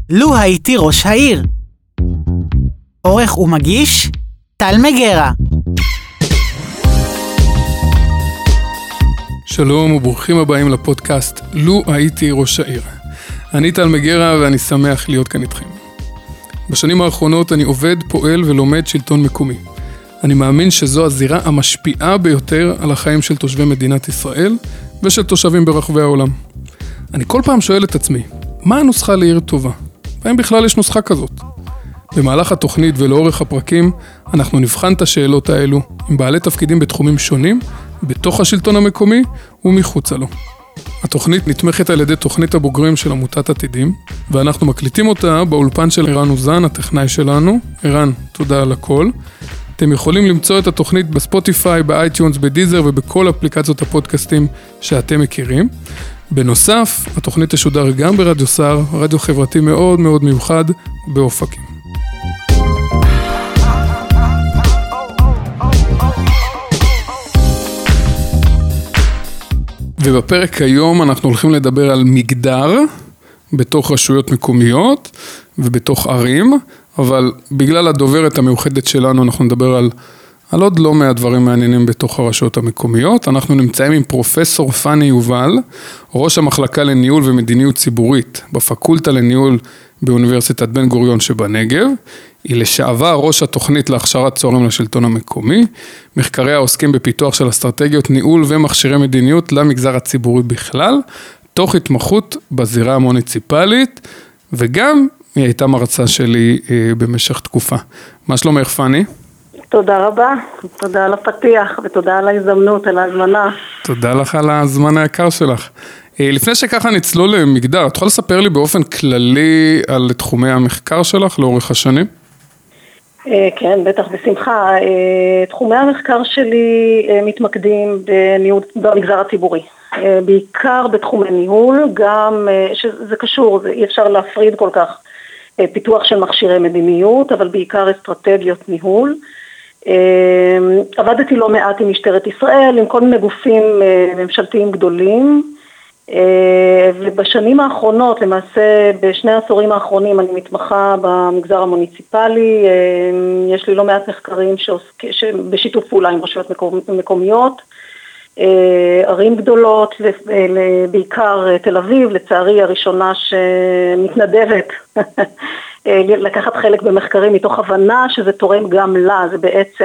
לו הייתי ראש העיר. עורך ומגיש, טל מגרה. שלום וברוכים הבאים לפודקאסט לו הייתי ראש העיר. אני טל מגרה ואני שמח להיות כאן איתכם. בשנים האחרונות אני עובד, פועל ולומד שלטון מקומי. אני מאמין שזו הזירה המשפיעה ביותר על החיים של תושבי מדינת ישראל ושל תושבים ברחבי העולם. אני כל פעם שואל את עצמי, מה הנוסחה לעיר טובה? והאם בכלל יש נוסחה כזאת? במהלך התוכנית ולאורך הפרקים אנחנו נבחן את השאלות האלו עם בעלי תפקידים בתחומים שונים, בתוך השלטון המקומי ומחוצה לו. התוכנית נתמכת על ידי תוכנית הבוגרים של עמותת עתידים, ואנחנו מקליטים אותה באולפן של ערן אוזן, הטכנאי שלנו. ערן, תודה על הכל. אתם יכולים למצוא את התוכנית בספוטיפיי, באייטיונס, בדיזר ובכל אפליקציות הפודקאסטים שאתם מכירים. בנוסף, התוכנית תשודר גם ברדיו סער, רדיו חברתי מאוד מאוד מיוחד באופקים. ובפרק היום אנחנו הולכים לדבר על מגדר בתוך רשויות מקומיות ובתוך ערים, אבל בגלל הדוברת המיוחדת שלנו אנחנו נדבר על עוד לא מעט דברים מעניינים בתוך הרשויות המקומיות. אנחנו נמצאים עם פרופסור פני יובל, ראש המחלקה לניהול ומדיניות ציבורית בפקולטה לניהול באוניברסיטת בן גוריון שבנגב. היא לשעבר ראש התוכנית להכשרת צוערים לשלטון המקומי, מחקריה עוסקים בפיתוח של אסטרטגיות ניהול ומכשירי מדיניות למגזר הציבורי בכלל, תוך התמחות בזירה המוניציפלית, וגם היא הייתה מרצה שלי במשך תקופה. מה שלומך פני? תודה רבה, תודה על הפתיח ותודה על ההזדמנות, על ההזמנה. תודה לך על הזמן היקר שלך. לפני שככה נצלול למגדר, את יכולה לספר לי באופן כללי על תחומי המחקר שלך לאורך השנים? כן, בטח, בשמחה. תחומי המחקר שלי מתמקדים במגזר הציבורי. בעיקר בתחומי ניהול, גם שזה קשור, אי אפשר להפריד כל כך פיתוח של מכשירי מדיניות, אבל בעיקר אסטרטגיות ניהול. עבדתי לא מעט עם משטרת ישראל, עם כל מיני גופים ממשלתיים גדולים, ובשנים האחרונות, למעשה בשני העשורים האחרונים, אני מתמחה במגזר המוניציפלי. יש לי לא מעט מחקרים בשיתוף פעולה עם רשויות מקומיות, ערים גדולות, בעיקר תל אביב, לצערי הראשונה שמתנדבת לקחת חלק במחקרים מתוך הבנה שזה תורם גם לה, זה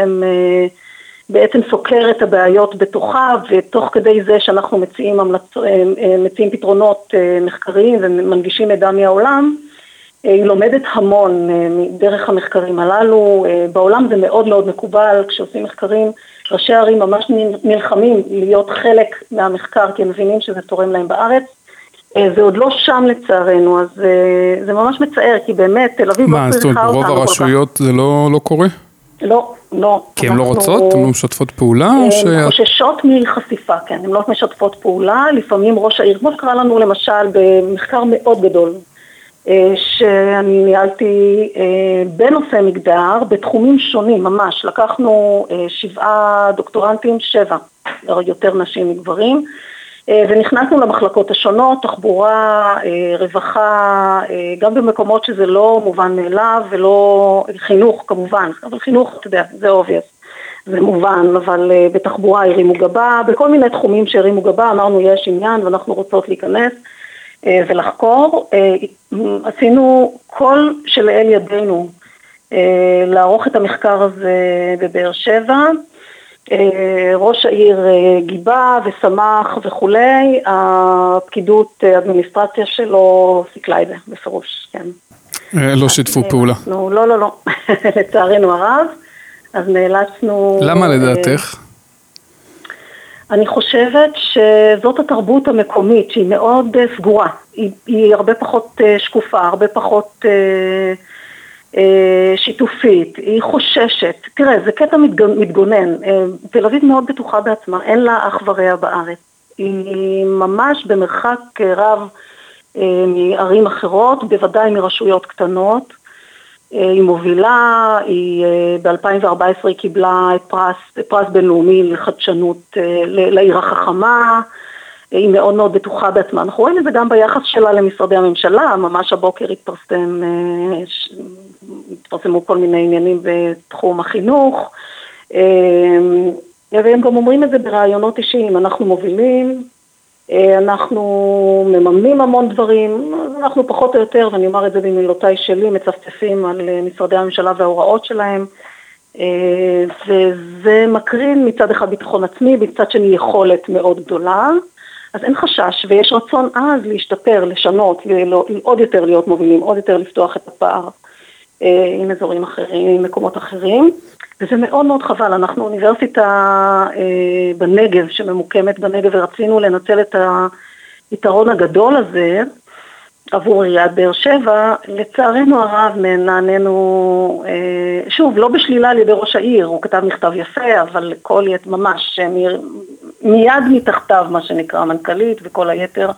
בעצם סוקר את הבעיות בתוכה, ותוך כדי זה שאנחנו מציעים פתרונות מחקריים ומנגישים מידע מהעולם, היא לומדת המון דרך המחקרים הללו. בעולם זה מאוד מאוד מקובל, כשעושים מחקרים, ראשי הערים ממש נלחמים להיות חלק מהמחקר, כי הם מבינים שזה תורם להם בארץ. זה עוד לא שם לצערנו, אז זה ממש מצער, כי באמת תל אביב מה, זאת אומרת, ברוב הרשויות זה לא קורה? לא, לא. כי הן לא רוצות? הן לא משתפות פעולה? הן חוששות מחשיפה, כן, הן לא משתפות פעולה. לפעמים ראש העיר, כמו שקרה לנו למשל במחקר מאוד גדול, שאני ניהלתי בנושא מגדר, בתחומים שונים ממש. לקחנו 7 דוקטורנטים, 7, יותר נשים מגברים, ונכנסנו למחלקות השונות, תחבורה, רווחה, גם במקומות שזה לא מובן מאליו, ולא חינוך כמובן, אבל חינוך, אתה יודע, זה obvious, זה מובן, אבל בתחבורה הרימו גבה, בכל מיני תחומים שהרימו גבה, אמרנו יש עניין ואנחנו רוצות להיכנס ולחקור. עשינו כל שלאל ידינו לערוך את המחקר הזה בבאר שבע, ראש העיר גיבה ושמח וכולי, הפקידות, האדמיניסטרציה שלו סיכלה את זה בפירוש, כן. לא שיתפו פעולה. לא, לצערנו הרב, אז נאלצנו... למה לדעתך? אני חושבת שזאת התרבות המקומית שהיא מאוד סגורה, היא הרבה פחות שקופה, הרבה פחות שיתופית, היא חוששת. תראה, זה קטע מתגונן, תל אביב מאוד בטוחה בעצמה, אין לה אח ורע בארץ, היא ממש במרחק רב מערים אחרות, בוודאי מרשויות קטנות, היא מובילה, היא ב-2014 היא קיבלה את פרס בינלאומי לחדשנות לעיר החכמה, היא מאוד מאוד בטוחה בעצמה. אנחנו רואים את זה גם ביחס שלה למשרדי הממשלה, ממש הבוקר התפרסמו כל מיני עניינים בתחום החינוך, והם גם אומרים את זה ברעיונות אישיים, אנחנו מובילים, אנחנו מממנים המון דברים, אנחנו פחות או יותר, ואני אומר את זה במילותיי שלי, מצפצפים על משרדי הממשלה וההוראות שלהם, וזה מקרין מצד אחד ביטחון עצמי, מצד שני יכולת מאוד גדולה, אז אין חשש, ויש רצון אז להשתפר, לשנות, עוד יותר להיות מובילים, עוד יותר לפתוח את הפער עם אזורים אחרים, עם מקומות אחרים, וזה מאוד מאוד חבל. אנחנו אוניברסיטה בנגב, שממוקמת בנגב, ורצינו לנצל את היתרון הגדול הזה עבור עיריית באר שבע. לצערנו הרב נענינו, שוב, לא בשלילה על ידי ראש העיר, הוא כתב מכתב יפה, אבל כל ממש מיד מתחתיו, מה שנקרא, המנכ"לית וכל היתר,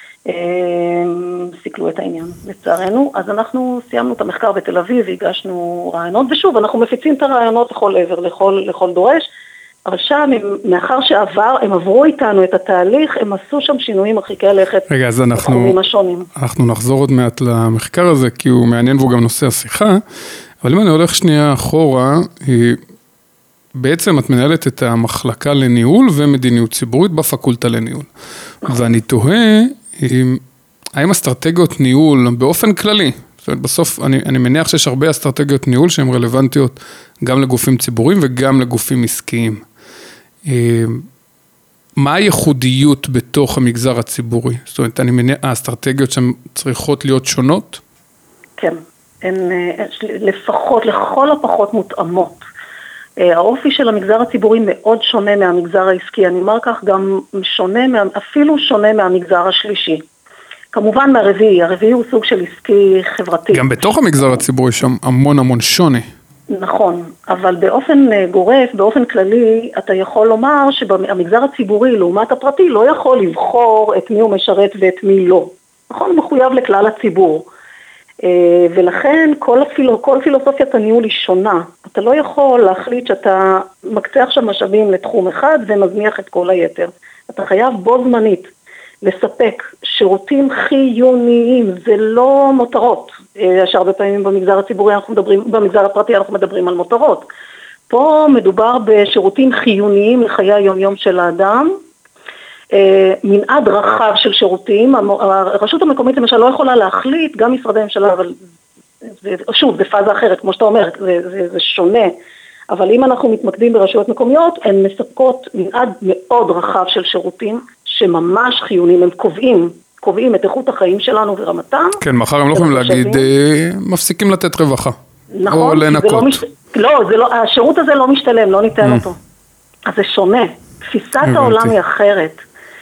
סיכלו את העניין, לצערנו. אז אנחנו סיימנו את המחקר בתל אביב, והגשנו רעיונות, ושוב, אנחנו מפיצים את הרעיונות לכל עבר, לכל דורש, אבל שם, מאחר הם עברו איתנו את התהליך, הם עשו שם שינויים מרחיקי לכת. רגע, אז אנחנו נחזור עוד מעט למחקר הזה, כי הוא מעניין והוא גם נושא השיחה, אבל אם אני הולך שנייה אחורה, בעצם את מנהלת את המחלקה לניהול ומדיניות ציבורית בפקולטה לניהול. ואני תוהה, האם אסטרטגיות ניהול באופן כללי, זאת אומרת, בסוף אני מניח שיש הרבה אסטרטגיות ניהול שהן רלוונטיות גם לגופים ציבוריים וגם לגופים עסקיים. מה הייחודיות בתוך המגזר הציבורי? זאת אומרת, אני מניח, האסטרטגיות שהן צריכות להיות שונות? כן, הן לפחות, לכל הפחות מותאמות. האופי של המגזר הציבורי מאוד שונה מהמגזר העסקי, אני אומר כך, גם שונה, אפילו שונה מהמגזר השלישי. כמובן הרביעי הוא סוג של עסקי חברתי. גם בתוך המגזר הציבורי שם המון שוני. נכון, אבל באופן גורף, באופן כללי, אתה יכול לומר שהמגזר הציבורי לעומת הפרטי לא יכול לבחור את מי הוא משרת ואת מי לא. נכון, הוא מחויב לכלל הציבור. ולכן כל פילוסופיית הניהול היא שונה. אתה לא יכול להחליט שאתה מקצה עכשיו משאבים לתחום אחד ומזניח את כל היתר. אתה חייב בו זמנית לספק שירותים חיוניים, זה לא מותרות. שהרבה פעמים במגזר הפרטי אנחנו מדברים על מותרות. פה מדובר בשירותים חיוניים לחיי היום-יום של האדם, מנעד רחב של שירותים. הרשות המקומית למשל לא יכולה להחליט, גם משרדי ממשלה, אבל שוב, זה פאזה אחרת, כמו שאתה אומר, זה שונה, אבל אם אנחנו מתמקדים ברשויות מקומיות, הן מספקות מנעד מאוד רחב של שירותים, שממש חיוניים, הם קובעים את איכות החיים שלנו ורמתם. כן, מחר הם לא יכולים להגיד, מפסיקים לתת רווחה. נכון, או לנקות. השירות הזה לא משתלם, לא ניתן אותו. אז זה שונה, תפיסת העולם היא אחרת.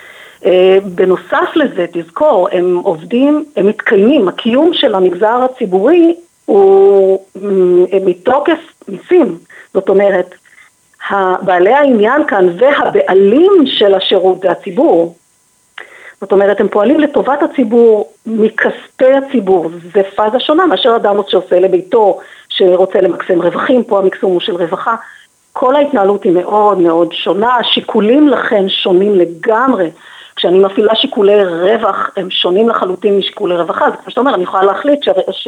בנוסף לזה, תזכור, הם מתקיימים, הקיום של המגזר הציבורי הוא מתוקף מיסים. זאת אומרת, בעלי העניין כאן והבעלים של השירות זה הציבור. זאת אומרת, הם פועלים לטובת הציבור, מכספי הציבור. זה פאזה שונה מאשר אדם שעושה לביתו, שרוצה למקסם רווחים, פה המקסום הוא של רווחה. כל ההתנהלות היא מאוד מאוד שונה, השיקולים לכן שונים לגמרי. כשאני מפעילה שיקולי רווח, הם שונים לחלוטין משיקולי רווחה. זה כמו שאתה אומר, אני יכולה להחליט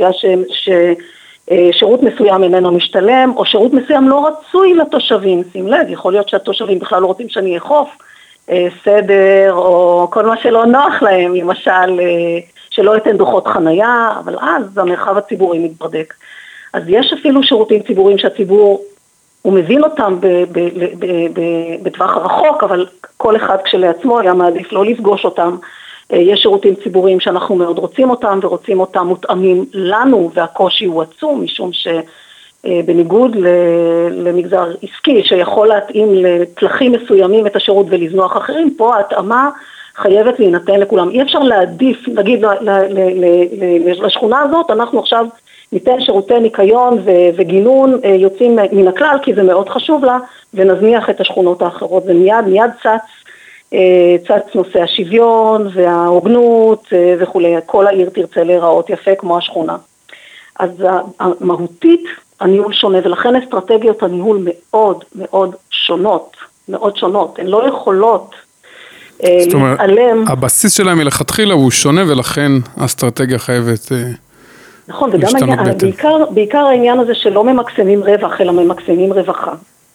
ששירות מסוים איננו משתלם, או שירות מסוים לא רצוי לתושבים. שים לב, יכול להיות שהתושבים בכלל לא רוצים שאני אחוף סדר, או כל מה שלא נוח להם, למשל, שלא יתן דוחות חנייה, אבל אז המרחב הציבורי מתברדק. אז יש אפילו שירותים ציבוריים שהציבור, הוא מבין אותם בטווח הרחוק, אבל כל אחד כשלעצמו היה מעדיף לא לפגוש אותם. יש שירותים ציבוריים שאנחנו מאוד רוצים אותם, ורוצים אותם מותאמים לנו, והקושי הוא עצום, משום שבניגוד למגזר עסקי, שיכול להתאים לתלכים מסוימים את השירות ולזנוח אחרים, פה ההתאמה חייבת להינתן לכולם. אי אפשר להעדיף, נגיד לשכונה הזאת, אנחנו עכשיו ניתן שירותי ניקיון וגינון יוצאים מן הכלל, כי זה מאוד חשוב לה, ונזניח את השכונות האחרות. ומיד צץ נושא השוויון וההוגנות וכו'. כל העיר תרצה להיראות יפה כמו השכונה. אז המהותית הניהול שונה, ולכן אסטרטגיות הניהול מאוד מאוד שונות, מאוד שונות. הן לא יכולות זאת אומרת, הבסיס שלהם מלכתחילה הוא שונה, ולכן האסטרטגיה חייבת נכון, וגם בעיקר העניין הזה שלא ממקסמים רווח, אלא ממקסמים רווחה.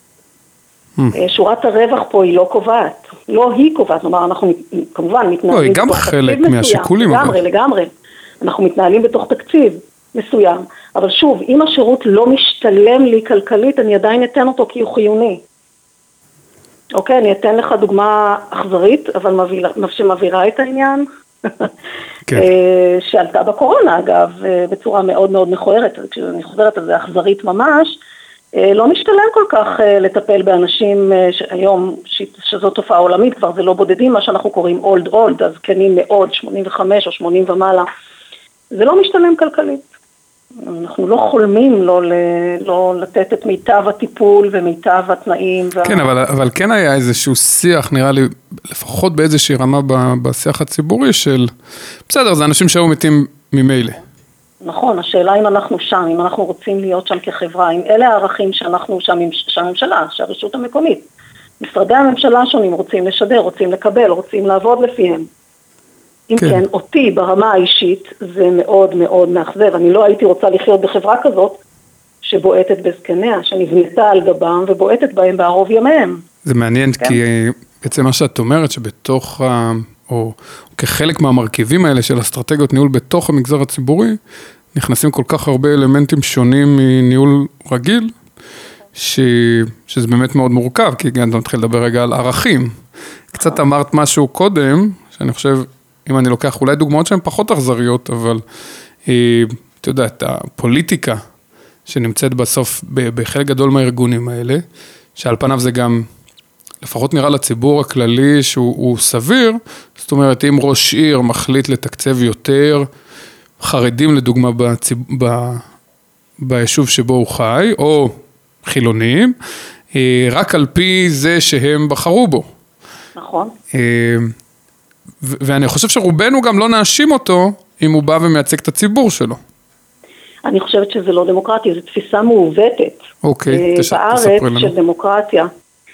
שורת הרווח פה היא לא קובעת, לא היא קובעת, כלומר אנחנו כמובן מתנהלים היא גם חלק מהשיקולים. לגמרי, אנחנו מתנהלים בתוך תקציב מסוים, אבל שוב, אם השירות לא משתלם לי כלכלית, אני עדיין אתן אותו כי הוא חיוני. אוקיי, אני אתן לך דוגמה אכזרית, אבל שמבהירה את העניין, שעלתה בקורונה אגב, בצורה מאוד מאוד מכוערת, כשאני חוזרת על זה אכזרית ממש, לא משתלם כל כך לטפל באנשים היום, שזו תופעה עולמית, כבר זה לא בודדים, מה שאנחנו קוראים old, אז זקנים מאוד, 85 או 80 ומעלה, זה לא משתלם כלכלית. אנחנו לא חולמים לא לתת את מיטב הטיפול ומיטב התנאים. כן, אבל כן היה איזשהו שיח, נראה לי, לפחות באיזושהי רמה בשיח הציבורי של, בסדר, זה אנשים שהיו מתים ממילא. נכון, השאלה אם אנחנו שם, אם אנחנו רוצים להיות שם כחברה, אם אלה הערכים שאנחנו, שהממשלה, שהרשות המקומית, משרדי הממשלה השונים רוצים לשדר, רוצים לקבל, רוצים לעבוד לפיהם. אם כן, אותי ברמה האישית זה מאוד מאוד מאכזב. אני לא הייתי רוצה לחיות בחברה כזאת שבועטת בזקניה, שנבנתה על גבם ובועטת בהם בערוב ימיהם. זה מעניין כי בעצם מה שאת אומרת שבתוך, או כחלק מהמרכיבים האלה של אסטרטגיות ניהול בתוך המגזר הציבורי, נכנסים כל כך הרבה אלמנטים שונים מניהול רגיל, שזה באמת מאוד מורכב, כי גם אתה מתחיל לדבר רגע על ערכים. קצת אמרת משהו קודם, שאני חושב, אם אני לוקח אולי דוגמאות שהן פחות אכזריות, אבל אתה יודע, את הפוליטיקה שנמצאת בסוף בחלק גדול מהארגונים האלה, שעל פניו זה גם, לפחות נראה לציבור הכללי שהוא סביר, זאת אומרת, אם ראש עיר מחליט לתקצב יותר חרדים לדוגמה ביישוב שבו הוא חי, או חילונים, רק על פי זה שהם בחרו בו. נכון. ואני חושב שרובנו גם לא נאשים אותו, אם הוא בא ומייצג את הציבור שלו. אני חושבת שזה לא דמוקרטיה, זו תפיסה מעוותת. אוקיי, בארץ של דמוקרטיה.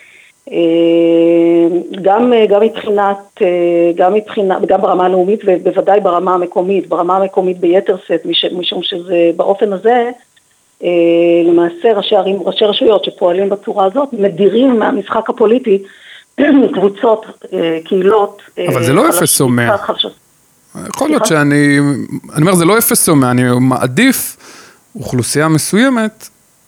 גם ברמה הלאומית ובוודאי ברמה המקומית ביתר סט, משום שזה באופן הזה, למעשה ראשי רשויות שפועלים בצורה הזאת, מדירים מהמשחק הפוליטי, קבוצות, קהילות. אבל זה לא אפס או 100. יכול להיות שאני אומר, זה לא אפס או 100, אני מעדיף אוכלוסייה מסוימת,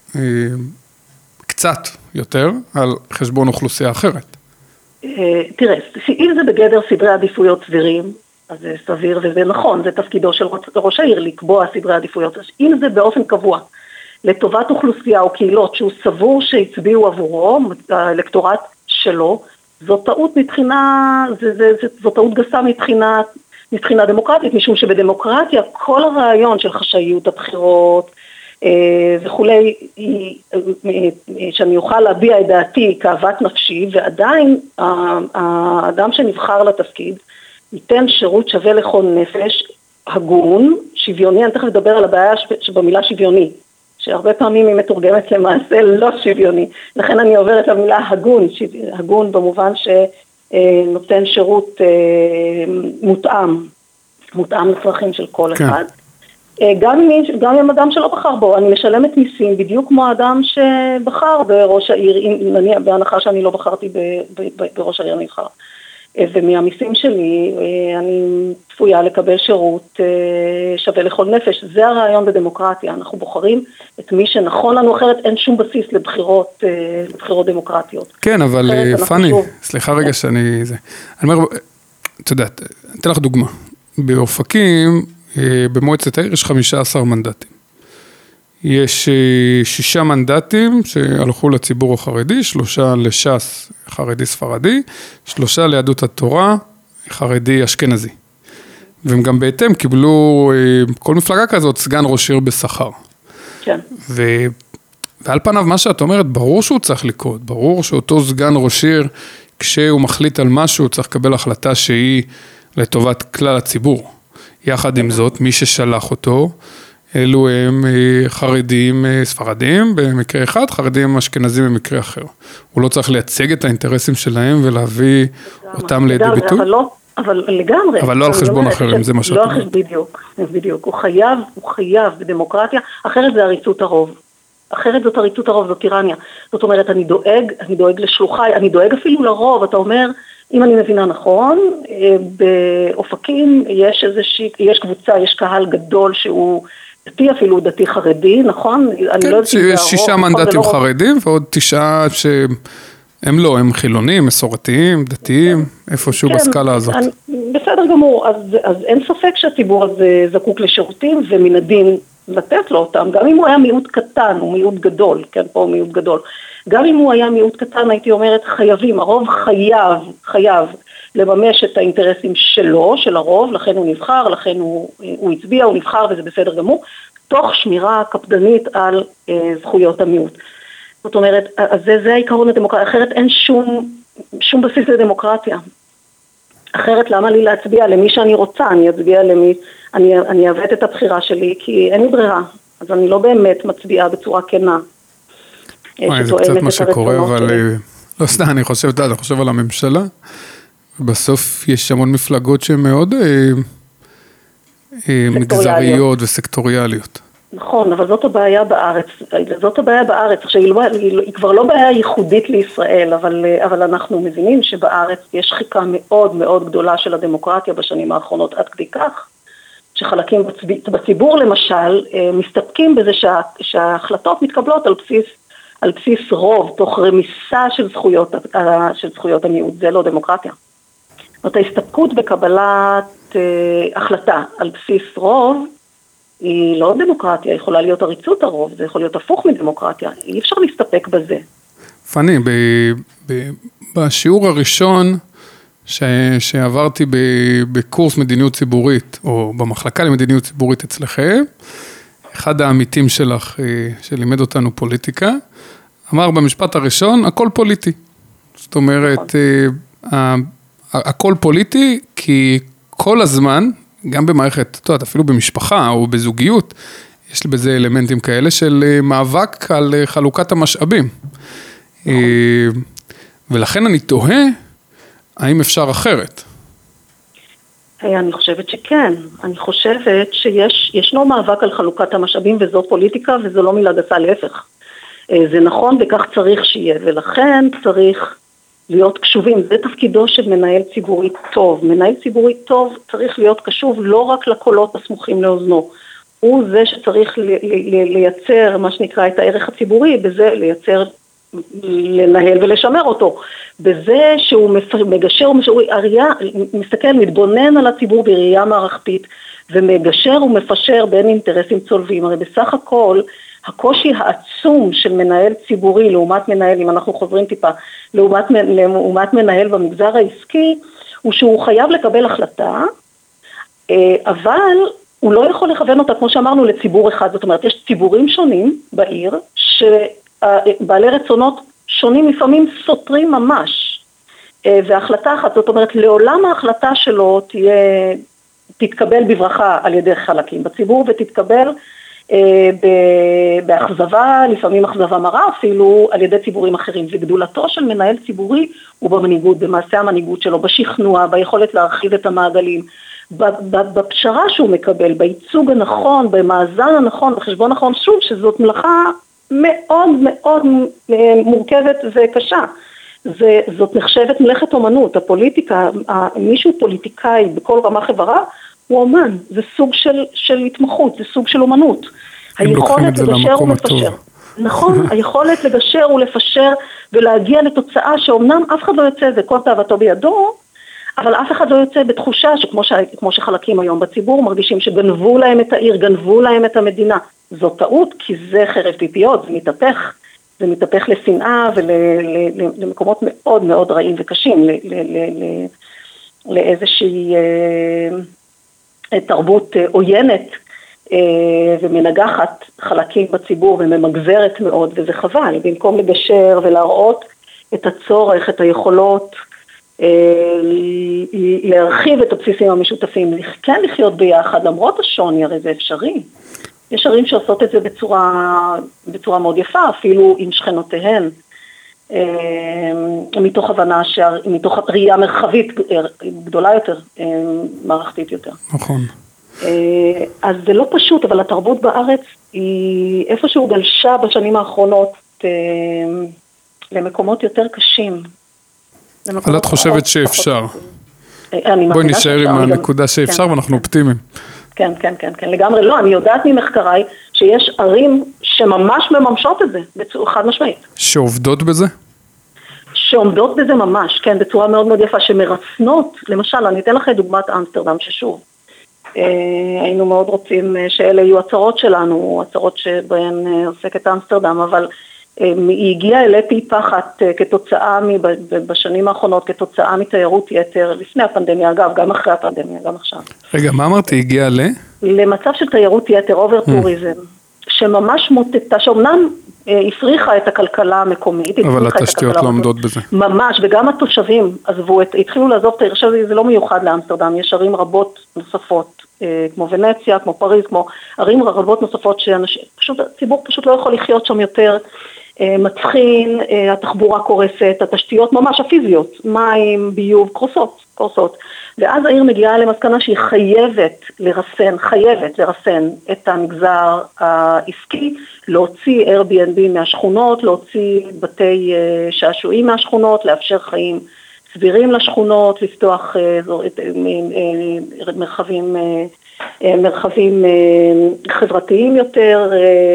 קצת יותר, על חשבון אוכלוסייה אחרת. תראה, אם זה בגדר סדרי עדיפויות סבירים, אז זה סביר וזה נכון, זה תפקידו של ראש העיר לקבוע סדרי עדיפויות. אם זה באופן קבוע, לטובת אוכלוסייה או קהילות שהוא סבור שהצביעו עבורו, האלקטורט שלו, זו טעות זו טעות גסה מבחינה דמוקרטית, משום שבדמוקרטיה כל הרעיון של חשאיות הבחירות וכולי, שאני אוכל להביע את דעתי כאוות נפשי, ועדיין האדם שנבחר לתפקיד ייתן שירות שווה לכל נפש, הגון, שוויוני. אני תכף לדבר על הבעיה שבמילה שוויוני, שהרבה פעמים היא מתורגמת למעשה לא שוויוני, לכן אני עוברת למילה הגון במובן שנותן שירות מותאם לצרכים של כל אחד. גם אם אדם שלא בחר בו, אני משלמת מיסים בדיוק כמו האדם שבחר בראש העיר, בהנחה שאני לא בחרתי בראש העיר נבחר. ומהמיסים שלי אני צפויה לקבל שירות שווה לכל נפש. זה הרעיון בדמוקרטיה, אנחנו בוחרים את מי שנכון לנו, אחרת אין שום בסיס לבחירות דמוקרטיות. כן, אבל פני, סליחה רגע שאני אני אומר, אתה יודע, אתן לך דוגמה, באופקים, במועצת העיר יש 15 מנדטים. יש 6 מנדטים שהלכו לציבור החרדי, 3 לש"ס חרדי ספרדי, 3 ליהדות התורה חרדי אשכנזי. והם גם בהתאם קיבלו כל מפלגה כזאת סגן ראש עיר בשכר. כן. ועל פניו מה שאת אומרת, ברור שהוא צריך לקרות, ברור שאותו סגן ראש עיר, כשהוא מחליט על משהו, הוא צריך לקבל החלטה שהיא לטובת כלל הציבור. יחד עם זאת, מי ששלח אותו, אלו הם חרדים ספרדים במקרה אחד, חרדים אשכנזים במקרה אחר. הוא לא צריך לייצג את האינטרסים שלהם ולהביא אותם לידי ביטוי? אבל לגמרי. אבל לא על חשבון אחרים, זה מה שאת אומרת. בדיוק. הוא חייב בדמוקרטיה, אחרת זה עריצות הרוב. אחרת זאת עריצות הרוב, זאת טירניה. זאת אומרת, אני דואג לשלוחי, אני דואג אפילו לרוב, אתה אומר, אם אני מבינה נכון, באופקים יש קבוצה, יש קהל גדול שהוא דתי, אפילו דתי חרדי, נכון? כן, שיש 6 מנדטים חרדים, ועוד 9 שהם לא, הם חילונים, מסורתיים, דתיים, איפשהו בסקאלה הזאת. בסדר גמור, אז אין ספק שהציבור הזה זקוק לשירותים, ומן הדין לתת לו אותם, גם אם הוא היה מיעוט קטן, הוא מיעוט גדול, כן, פה הוא מיעוט גדול, גם אם הוא היה מיעוט קטן, הייתי אומרת חייבים, הרוב חייב לממש את האינטרסים שלו, של הרוב, לכן הוא נבחר, לכן הוא הצביע, הוא נבחר וזה בסדר גמור, תוך שמירה קפדנית על זכויות המיעוט. זאת אומרת, זה העיקרון הדמוקרטיה, אחרת אין שום בסיס לדמוקרטיה. אחרת למה לי להצביע למי שאני רוצה, אני אצביע למי, אני אעוות את הבחירה שלי, כי אין לי ברירה, אז אני לא באמת מצביעה בצורה כנה. זה קצת מה שקורה, אבל לא סתם, אני חושב על הממשלה, ובסוף יש המון מפלגות שהן מאוד מגזריות וסקטוריאליות. נכון, אבל זאת הבעיה בארץ, עכשיו היא כבר לא בעיה ייחודית לישראל, אבל אנחנו מבינים שבארץ יש שחיקה מאוד מאוד גדולה של הדמוקרטיה בשנים האחרונות, עד כדי כך, שחלקים בציבור למשל, מסתפקים בזה שההחלטות מתקבלות על בסיס רוב, תוך רמיסה של זכויות המיעוט, זה לא דמוקרטיה. זאת ההסתפקות בקבלת החלטה על בסיס רוב, היא לא דמוקרטיה, יכולה להיות עריצות הרוב, זה יכול להיות הפוך מדמוקרטיה, אי אפשר להסתפק בזה. פני, בשיעור הראשון שעברתי בקורס מדיניות ציבורית, או במחלקה למדיניות ציבורית אצלכם, אחד העמיתים שלך שלימד אותנו פוליטיקה, אמר במשפט הראשון, הכל פוליטי. זאת אומרת, הכל פוליטי, כי כל הזמן, גם במערכת, אתה יודע, אפילו במשפחה או בזוגיות, יש בזה אלמנטים כאלה של מאבק על חלוקת המשאבים. ולכן אני תוהה, האם אפשר אחרת? אני חושבת שכן. אני חושבת שישנו מאבק על חלוקת המשאבים, וזו פוליטיקה, וזו לא מילה גסה, להפך. זה נכון, וכך צריך שיהיה, ולכן צריך להיות קשובים. זה תפקידו של מנהל ציבורי טוב. מנהל ציבורי טוב צריך להיות קשוב לא רק לקולות הסמוכים לאוזנו. הוא זה שצריך לייצר מה שנקרא את הערך הציבורי, בזה לנהל ולשמר אותו. בזה שהוא מגשר, מסתכל, מתבונן על הציבור בראייה מערכתית, ומגשר ומפשר בין אינטרסים צולבים. הרי בסך הכל, הקושי העצום של מנהל ציבורי לעומת מנהל, אם אנחנו חוזרים טיפה, לעומת מנהל במגזר העסקי, הוא שהוא חייב לקבל החלטה, אבל הוא לא יכול לכוון אותה, כמו שאמרנו, לציבור אחד. זאת אומרת, יש ציבורים שונים בעיר, שבעלי רצונות שונים לפעמים סותרים ממש. והחלטה אחת, זאת אומרת, לעולם ההחלטה שלו תתקבל בברכה על ידי חלקים בציבור, ותתקבל באכזבה, לפעמים אכזבה מרה אפילו, על ידי ציבורים אחרים. וגדולתו של מנהל ציבורי הוא במנהיגות, במעשה המנהיגות שלו, בשכנוע, ביכולת להרחיב את המעגלים, בפשרה שהוא מקבל, בייצוג הנכון, במאזן הנכון, בחשבון הנכון, שוב שזאת מלאכה מאוד מאוד מורכבת וקשה. זאת נחשבת מלאכת אומנות, הפוליטיקה, מישהו פוליטיקאי בכל רמה חברה, הוא אומן, זה סוג של התמחות, זה סוג של אומנות. היכולת לגשר ולפשר. נכון, היכולת לגשר ולפשר ולהגיע לתוצאה שאומנם אף אחד לא יוצא, זה כל תאוותו בידו, אבל אף אחד לא יוצא בתחושה שכמו שחלקים היום בציבור מרגישים שגנבו להם את העיר, גנבו להם את המדינה. זו טעות, כי זה חרב פיפיות, זה מתהפך לשנאה ולמקומות מאוד מאוד רעים וקשים, לאיזושהי תרבות עוינת ומנגחת חלקים בציבור וממגזרת מאוד, וזה חבל, במקום לגשר ולהראות את הצורך, את היכולות, להרחיב את הבסיסים המשותפים, כן לחיות ביחד, למרות השוני, הרי זה אפשרי. יש ערים שעושות את זה בצורה מאוד יפה, אפילו עם שכנותיהן, מתוך הבנה, מתוך ראייה מרחבית גדולה יותר, מערכתית יותר. נכון. אז זה לא פשוט, אבל התרבות בארץ היא איפשהו גלשה בשנים האחרונות למקומות יותר קשים. אבל את חושבת שאפשר. בואי נשאר עם הנקודה שאפשר ואנחנו אופטימיים. כן, כן, כן, כן, לגמרי לא, אני יודעת ממחקריי שיש ערים שממש מממשות את זה, חד משמעית. שעובדות בזה? שעומדות בזה ממש, כן, בצורה מאוד מאוד יפה, שמרסנות, למשל, אני אתן לך דוגמת אמסטרדם, ששוב, היינו מאוד רוצים שאלה יהיו הצהרות שלנו, הצהרות שבהן עוסקת אמסטרדם, אבל היא הגיעה אלי פי פחת כתוצאה בשנים האחרונות, כתוצאה מתיירות יתר, לפני הפנדמיה, אגב, גם אחרי הפנדמיה, גם עכשיו. רגע, מה אמרתי? הגיעה למצב של תיירות יתר, אובר טוריזם, שממש מוטטה, שאומנם הפריחה את הכלכלה המקומית. אבל התשתיות לא עומדות בזה. ממש, וגם התושבים עזבו, התחילו לעזוב את העיר, זה לא מיוחד לאמסטרדם, יש ערים רבות נוספות, כמו ונציה, כמו פריז, כמו ערים רבות נוספות הציבור פשוט לא יכול לחיות שם יותר, מצחין, התחבורה קורסת, התשתיות ממש הפיזיות, מים, ביוב, קורסות. ואז העיר מגיעה למסקנה שהיא חייבת לרסן את המגזר העסקי, להוציא Airbnb מהשכונות, להוציא בתי שעשועים מהשכונות, לאפשר חיים סבירים לשכונות, לפתוח מרחבים חברתיים יותר,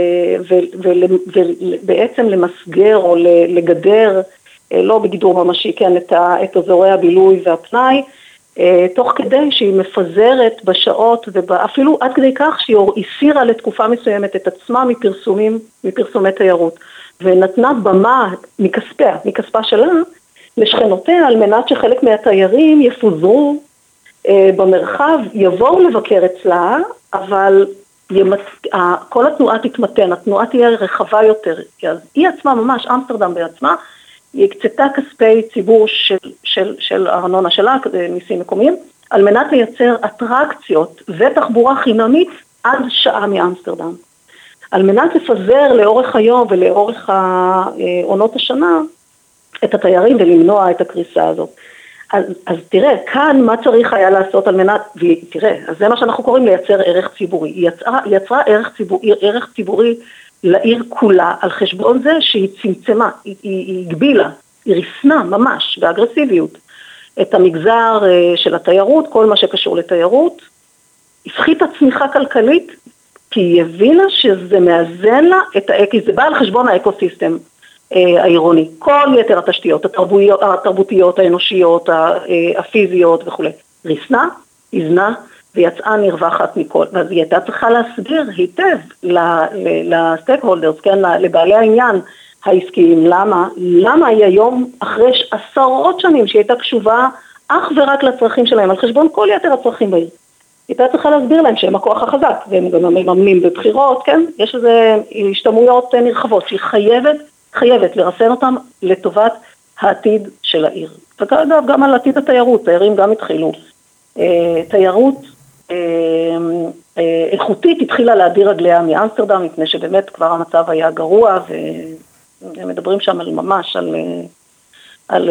ובעצם למסגר או לגדר, לא בגידור ממשי, כן, את אזורי הבילוי והפנאי, תוך כדי שהיא מפזרת בשעות, ואפילו עד כדי כך שהיא הסירה לתקופה מסוימת את עצמה מפרסומי תיירות, ונתנה במה מכספה שלה, לשכנותיה, על מנת שחלק מהתיירים יפוזרו במרחב, יבואו לבקר אצלה, אבל כל התנועה תתמתן, התנועה תהיה רחבה יותר. אז היא עצמה, ממש אמסטרדם בעצמה, היא הקצתה כספי ציבור של הארנונה שלה, מיסים מקומיים, על מנת לייצר אטרקציות ותחבורה חינמית עד שעה מאמסטרדם. על מנת לפזר לאורך היום ולאורך עונות השנה את התיירים ולמנוע את הקריסה הזאת. אז תראה, כאן מה צריך היה לעשות על מנת, ותראה, אז זה מה שאנחנו קוראים לייצר ערך ציבורי. היא יצרה ערך ציבורי לעיר כולה, על חשבון זה שהיא צמצמה, היא הגבילה, היא ריסנה ממש באגרסיביות את המגזר של התיירות, כל מה שקשור לתיירות, הפחיתה צמיחה כלכלית, כי היא הבינה שזה מאזן לה, כי זה בא על חשבון האקוסיסטם העירוני, כל יתר התשתיות, התרבותיות, האנושיות, הפיזיות וכו'. ריסנה, איזנה, ויצאה נרווחת מכל, ואז היא הייתה צריכה להסביר היטב לסטייק הולדרס, כן, לבעלי העניין העסקיים, למה היא היום אחרי עשרות שנים שהיא הייתה קשובה אך ורק לצרכים שלהם, על חשבון כל יתר הצרכים בעיר. היא הייתה צריכה להסביר להם שהם הכוח החזק, והם גם מממנים בבחירות, כן, יש איזה השתמעויות נרחבות, שהיא חייבת לרסן אותם לטובת העתיד של העיר. וכאגב, גם על עתיד התיירות, תיירים גם התחילו. תיירות איכותית התחילה להדיר רגליה מאמסטרדם, מפני שבאמת כבר המצב היה גרוע, ומדברים שם ממש על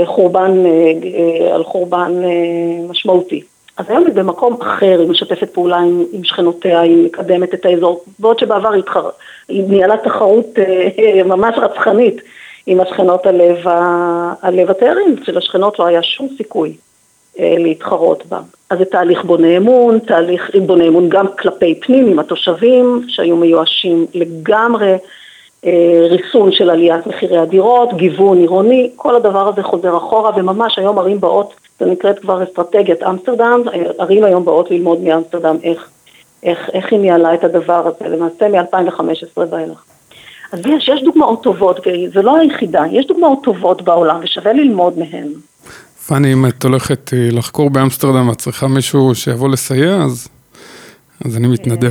חורבן משמעותי. אז היום היא במקום אחר, היא משתפת פעולה עם שכנותיה, היא מקדמת את האזור, בעוד שבעבר היא ניהלה תחרות ממש רצחנית עם השכנות על לב התיירים, שלשכנות לא היה שום סיכוי להתחרות בה. אז זה תהליך בונה אמון גם כלפי פנים עם התושבים שהיו מיואשים לגמרי, ריסון של עליית מחירי הדירות, גיוון עירוני, כל הדבר הזה חוזר אחורה, וממש היום ערים באות, זה נקראת כבר אסטרטגיית אמסטרדם, ערים היום באות ללמוד מאמסטרדם איך היא ניהלה את הדבר הזה, למעשה מ-2015 ואילך. אז יש דוגמאות טובות, זה לא היחידה, יש דוגמאות טובות בעולם, ושווה ללמוד מהן. פני, אם את הולכת לחקור באמסטרדם, את צריכה מישהו שיבוא לסייע, אז אני מתנדב.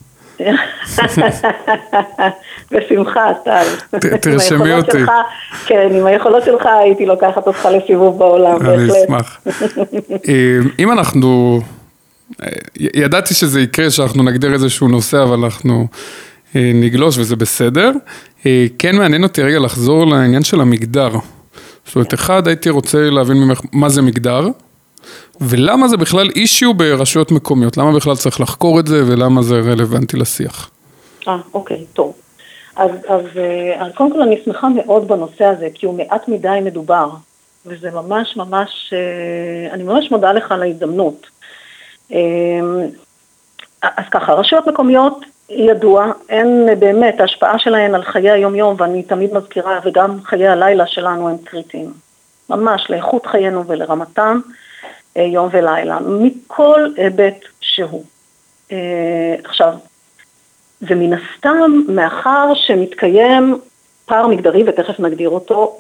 בשמחה, טל. תרשמי אותי. כן, עם היכולות שלך הייתי לוקחת אותך לסיבוב בעולם. אני אשמח. אם אנחנו ידעתי שזה יקרה, שאנחנו נגדיר איזשהו נושא, אבל אנחנו נגלוש וזה בסדר. כן מעניין אותי רגע לחזור לעניין של המגדר. זאת אומרת, אחד, הייתי רוצה להבין ממך מה זה מגדר, ולמה זה בכלל אישיו ברשויות מקומיות, למה בכלל צריך לחקור את זה, ולמה זה רלוונטי לשיח. אוקיי, טוב. אז קודם כל אני שמחה מאוד בנושא הזה, כי הוא מעט מדי מדובר, וזה ממש, אני ממש מודה לך על ההזדמנות. אז ככה, רשויות מקומיות ידוע, אין באמת, ההשפעה שלהן על חיי היום-יום, ואני תמיד מזכירה, וגם חיי הלילה שלנו הם קריטיים. ממש לאיכות חיינו ולרמתם, יום ולילה, מכל היבט שהוא. עכשיו, ומן הסתם, מאחר שמתקיים פער מגדרי, ותכף נגדיר אותו,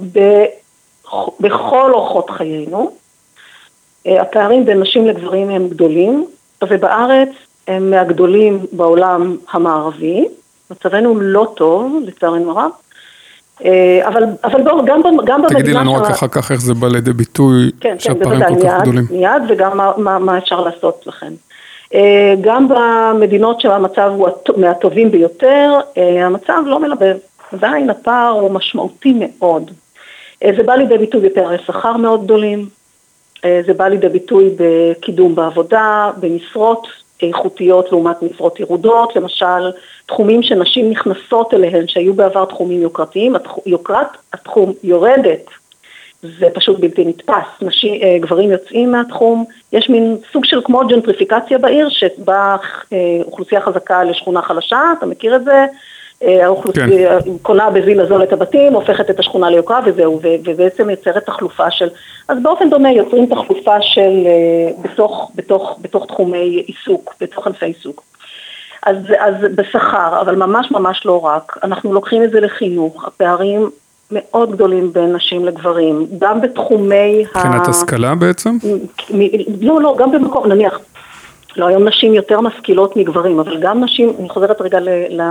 בכל אורחות חיינו, הפערים בין נשים לגברים הם גדולים, ובארץ הם מהגדולים בעולם המערבי, מצבנו לא טוב, לצערנו הרב, אבל בואו, גם במדינה... תגידי לנו רק אחר כך איך זה בא לידי ביטוי, שהפערים כל כך גדולים. מיד, וגם מה אפשר לעשות לכם. גם במדינות שהמצב הוא מהטובים ביותר, המצב לא מלבב, עדיין הפער הוא משמעותי מאוד. זה בא לידי ביטוי בפערי שכר מאוד גדולים, זה בא לידי ביטוי בקידום בעבודה, במשרות איכותיות לעומת משרות ירודות, למשל תחומים שנשים נכנסות אליהן שהיו בעבר תחומים יוקרתיים, יוקרת התחום יורדת, זה פשוט בלתי נתפס, גברים יוצאים מהתחום, יש מין סוג של כמו ג'נטריפיקציה בעיר, שבה אוכלוסייה חזקה לשכונה חלשה, אתה מכיר את זה, האוכלוסייה קונה בזיל הזול את הבתים, הופכת את השכונה ליוקרה וזהו, ובעצם יוצרת תחלופה של, אז באופן דומה יוצרים תחלופה של בתוך תחומי עיסוק, בתוך ענפי עיסוק. אז בשכר, אבל ממש לא רק, אנחנו לוקחים את זה לחינוך, הפערים מאוד גדולים בין נשים לגברים, גם בתחומי מבחינת השכלה בעצם? לא, גם במקום, נניח, לא, היום נשים יותר משכילות מגברים, אבל גם נשים, אני חוזרת רגע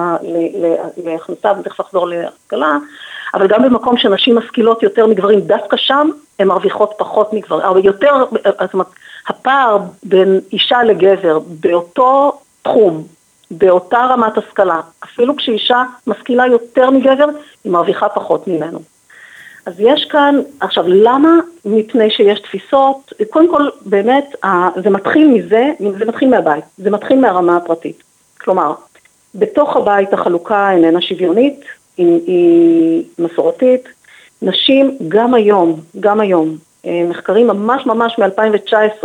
להכנסה, ותכף אחזור להשכלה, אבל גם במקום שנשים משכילות יותר מגברים, דווקא שם הן מרוויחות פחות מגברים, אבל יותר, זאת אומרת, הפער בין אישה לגבר באותו תחום, באותה רמת השכלה, אפילו כשאישה משכילה יותר מגבר, היא מרוויחה פחות ממנו. אז יש כאן, עכשיו למה? מפני שיש תפיסות, קודם כל באמת זה מתחיל מזה, זה מתחיל מהבית, זה מתחיל מהרמה הפרטית. כלומר, בתוך הבית החלוקה איננה שוויונית, היא מסורתית, נשים גם היום, מחקרים ממש מ-2019,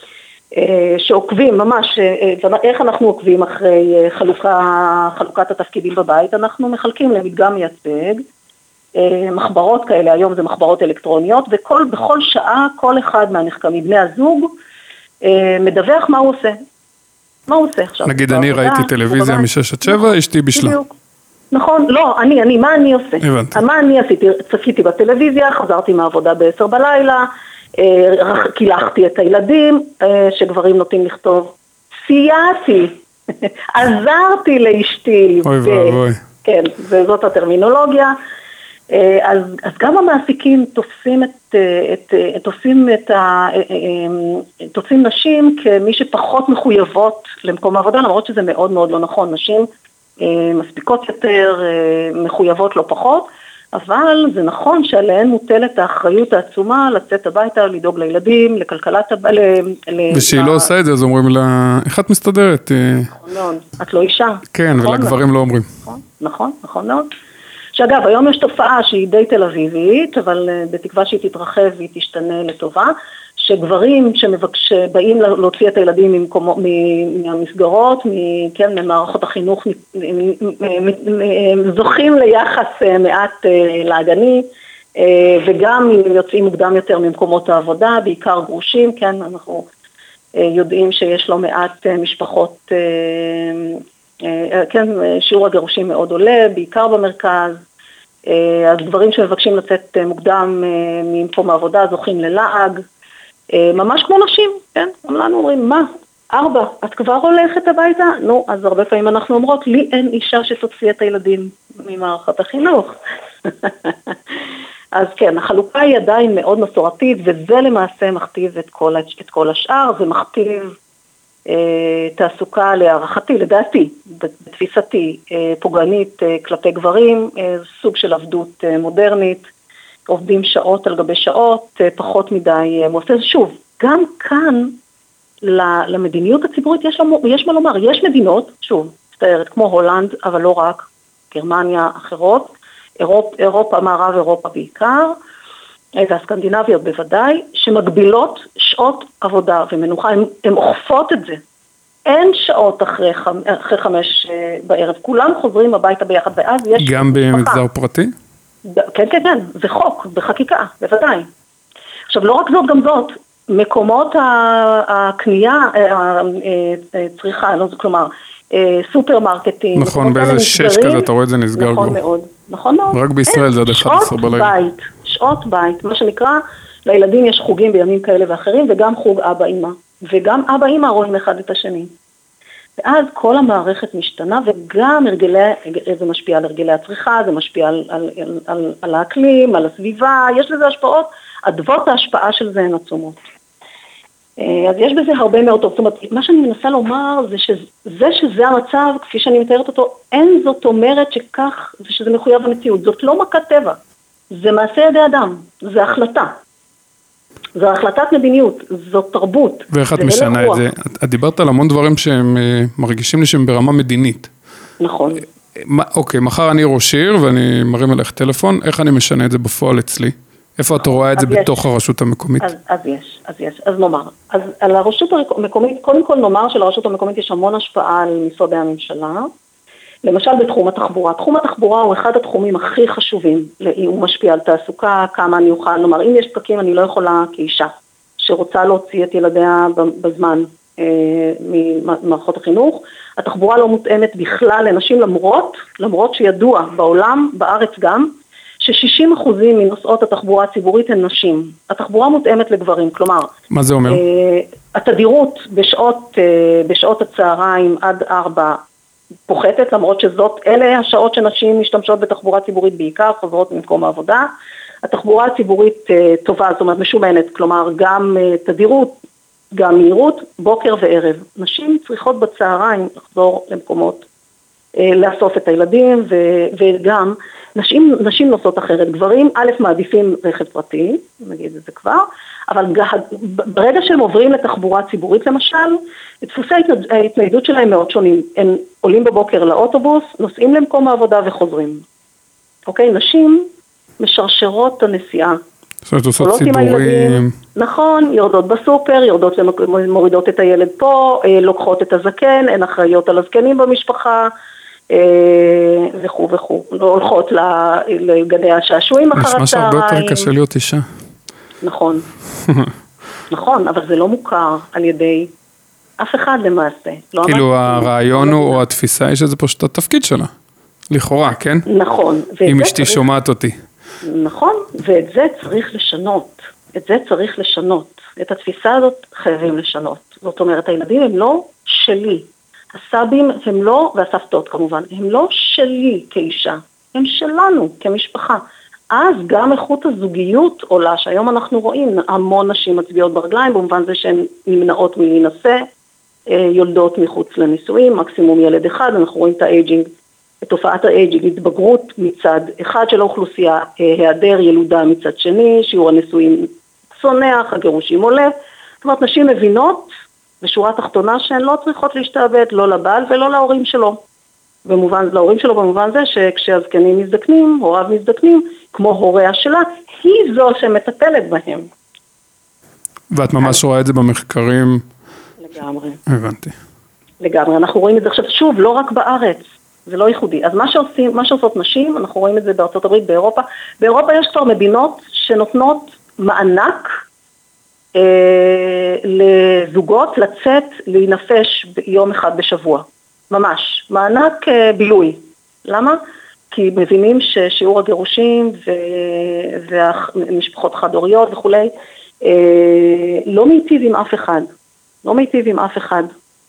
שעוקבים ממש, איך אנחנו עוקבים אחרי חלוקת התפקידים בבית, אנחנו מחלקים למדגם מייצג, מחברות כאלה, היום זה מחברות אלקטרוניות, ובכל שעה כל אחד מהנחקרים, בני הזוג, מדווח מה הוא עושה. מה הוא עושה עכשיו? נגיד אני ראיתי טלוויזיה מ-6-7, אשתי בשלה. נכון, לא, מה אני עושה? הבנתי. מה אני עשיתי? צפיתי בטלוויזיה, חזרתי מהעבודה ב-10 בלילה, קילחתי את הילדים, שגברים נוטים לכתוב, סייעתי, עזרתי לאשתי. אוי ואוי. כן, וזאת הטרמינולוגיה. אז גם המעסיקים תופסים נשים כמי שפחות מחויבות למקום העבודה, למרות שזה מאוד לא נכון, נשים מספיקות יותר, מחויבות לא פחות, אבל זה נכון שעליהן מוטלת האחריות העצומה לצאת הביתה, לדאוג לילדים, לכלכלת הבעלים. ושהיא לא עושה את זה, אז אומרים לה, איך את מסתדרת? נכון, את לא אישה. כן, ולגברים לא אומרים. נכון מאוד. שאגב, היום יש תופעה שהיא די תל אביבית, אבל בתקווה שהיא תתרחב והיא תשתנה לטובה, שגברים שבאים להוציא את הילדים מהמסגרות, ממערכות החינוך, זוכים ליחס מעט להגני, וגם יוצאים מוקדם יותר ממקומות העבודה, בעיקר גרושים, כן, אנחנו יודעים שיש לא מעט משפחות, כן, שיעור הגירושים מאוד עולה, בעיקר במרכז, הגברים שמבקשים לצאת מוקדם ממקום העבודה זוכים ללעג, ממש כמו נשים, כן? גם לנו אומרים, מה? 4, את כבר הולכת הביתה? נו, אז הרבה פעמים אנחנו אומרות, לי אין אישה שתוציא את הילדים ממערכת החינוך. אז כן, החלוקה היא עדיין מאוד מסורתית, וזה למעשה מכתיב את כל השאר, זה מכתיב תעסוקה להערכתי, לדעתי, בתפיסתי, פוגענית כלפי גברים, סוג של עבדות מודרנית, עובדים שעות על גבי שעות, פחות מדי מועסס. שוב, גם כאן למדיניות הציבורית יש מה לומר, יש מדינות, שוב, מצטערת, כמו הולנד, אבל לא רק, גרמניה, אחרות, אירופה, מערב אירופה בעיקר, והסקנדינביות בוודאי, שמגבילות שעות עבודה ומנוחה, הן אוכפות את זה. אין שעות אחרי 5 בערב, כולם חוזרים הביתה ביחד, ואז יש... גם במגזר פרטי? כן, כן, כן, זה חוק, בחקיקה, בוודאי. עכשיו, לא רק זאת, גם זאת, מקומות הקנייה, צריכה, כלומר, סופרמרקטים. נכון, באיזה 6 כזה, אתה רואה את זה נסגר נכון גם. מאוד, נכון מאוד. רק בישראל זה עד 11 בלילה. שעות בית, מה שנקרא, לילדים יש חוגים בימים כאלה ואחרים, וגם חוג אבא-אמא. וגם אבא-אמא רואים אחד את השני. ואז כל המערכת משתנה, וגם זה משפיע על הרגלי הצריכה, זה משפיע על האקלים, על הסביבה, יש לזה השפעות, אדוות ההשפעה של זה הן עצומות. אז יש בזה הרבה מאוד טוב. זאת אומרת, מה שאני מנסה לומר זה שזה המצב, כפי שאני מתארת אותו, אין זאת אומרת שכך, שזה מחויב המציאות. זאת לא מכת טבע, זה מעשה ידי אדם, זה החלטה. זו החלטת מדיניות, זו תרבות. ואיך את משנה את זה? את דיברת על המון דברים שהם מרגישים לי שהם ברמה מדינית. נכון. אוקיי, מחר אני ראש עיר ואני מרים אליך טלפון, איך אני משנה את זה בפועל אצלי? איפה את רואה את זה בתוך הרשות המקומית? אז יש. אז נאמר. אז על הרשות המקומית, קודם כל נאמר שלרשות המקומית יש המון השפעה על משרדי הממשלה. למשל בתחום התחבורה. תחום התחבורה הוא אחד התחומים הכי חשובים. הוא משפיע על תעסוקה, כמה אני אוכל. נאמר, אם יש פקקים אני לא יכולה כאישה שרוצה להוציא את ילדיה בזמן ממערכות החינוך. התחבורה לא מותאמת בכלל לנשים למרות שידוע בעולם, בארץ גם, ש60% מנוסעות התחבורה הציבורית הן נשים. התחבורה מותאמת לגברים, כלומר... מה זה אומר? התדירות בשעות הצהריים עד 4 פוחתת, למרות אלה השעות שנשים משתמשות בתחבורה ציבורית בעיקר, חוזרות ממקום העבודה. התחבורה הציבורית טובה, זאת אומרת משומנת, כלומר גם תדירות, גם מהירות, בוקר וערב. נשים צריכות בצהריים לחזור למקומות, לאסוף את הילדים, וגם נשים נוסעות אחרת. גברים, א' מעדיפים רכב פרטי, נגיד את זה כבר, אבל ברגע שהם עוברים לתחבורה ציבורית למשל, דפוסי ההתניידות שלהם מאוד שונים. הם עולים בבוקר לאוטובוס, נוסעים למקום העבודה וחוזרים. אוקיי? נשים משרשרות הנסיעה. זאת אומרת, עושות סידורים. נכון, יורדות בסופר, מורידות את הילד פה, לוקחות את הזקן, הן אחראיות על הזקנים במשפחה, וכו'. הולכות לגני השעשועים אחר הצהריים. נשמע שהרבה יותר קשה להיות אישה. נכון. נכון, אבל זה לא מוכר על ידי אף אחד למעשה. כאילו הרעיון הוא, או התפיסה, יש איזה פשוט התפקיד שלה. לכאורה, כן? נכון. אם אשתי שומעת אותי. נכון, ואת זה צריך לשנות. את התפיסה הזאת חייבים לשנות. זאת אומרת, הילדים הם לא שלי. הסבים הם לא, והסבתות כמובן, הם לא שלי כאישה. הם שלנו כמשפחה. אז גם איכות הזוגיות עולה, שהיום אנחנו רואים המון נשים מצביעות ברגליים, במובן זה שהן נמנעות מלהינשא, יולדות מחוץ לנישואים, מקסימום ילד אחד, אנחנו רואים את האייג'ינג, את תופעת האייג'ינג, התבגרות מצד אחד של האוכלוסייה, היעדר ילודה מצד שני, שיעור הנישואים צונח, הגירושים עולה, זאת אומרת נשים מבינות, בשורה התחתונה שהן לא צריכות להשתעבד, לא לבעל ולא להורים שלו. להורים שלו במובן זה שכשהזקנים מזדקנים, הוריו מזדקנים, כמו הוריה שלה, היא זו שמטפלת בהם. ואת ממש רואה את זה במחקרים? לגמרי. הבנתי. לגמרי, אנחנו רואים את זה עכשיו שוב, לא רק בארץ, זה לא ייחודי. אז מה שעושות נשים, אנחנו רואים את זה בארצות הברית, באירופה. באירופה יש כבר מדינות שנותנות מענק לזוגות לצאת להינפש יום אחד בשבוע. ממש, מענק בילוי. למה? כי מבינים ששיעור הגירושים והמשפחות חד-הוריות וכולי, לא מיטיב עם אף אחד. לא מיטיב עם אף אחד.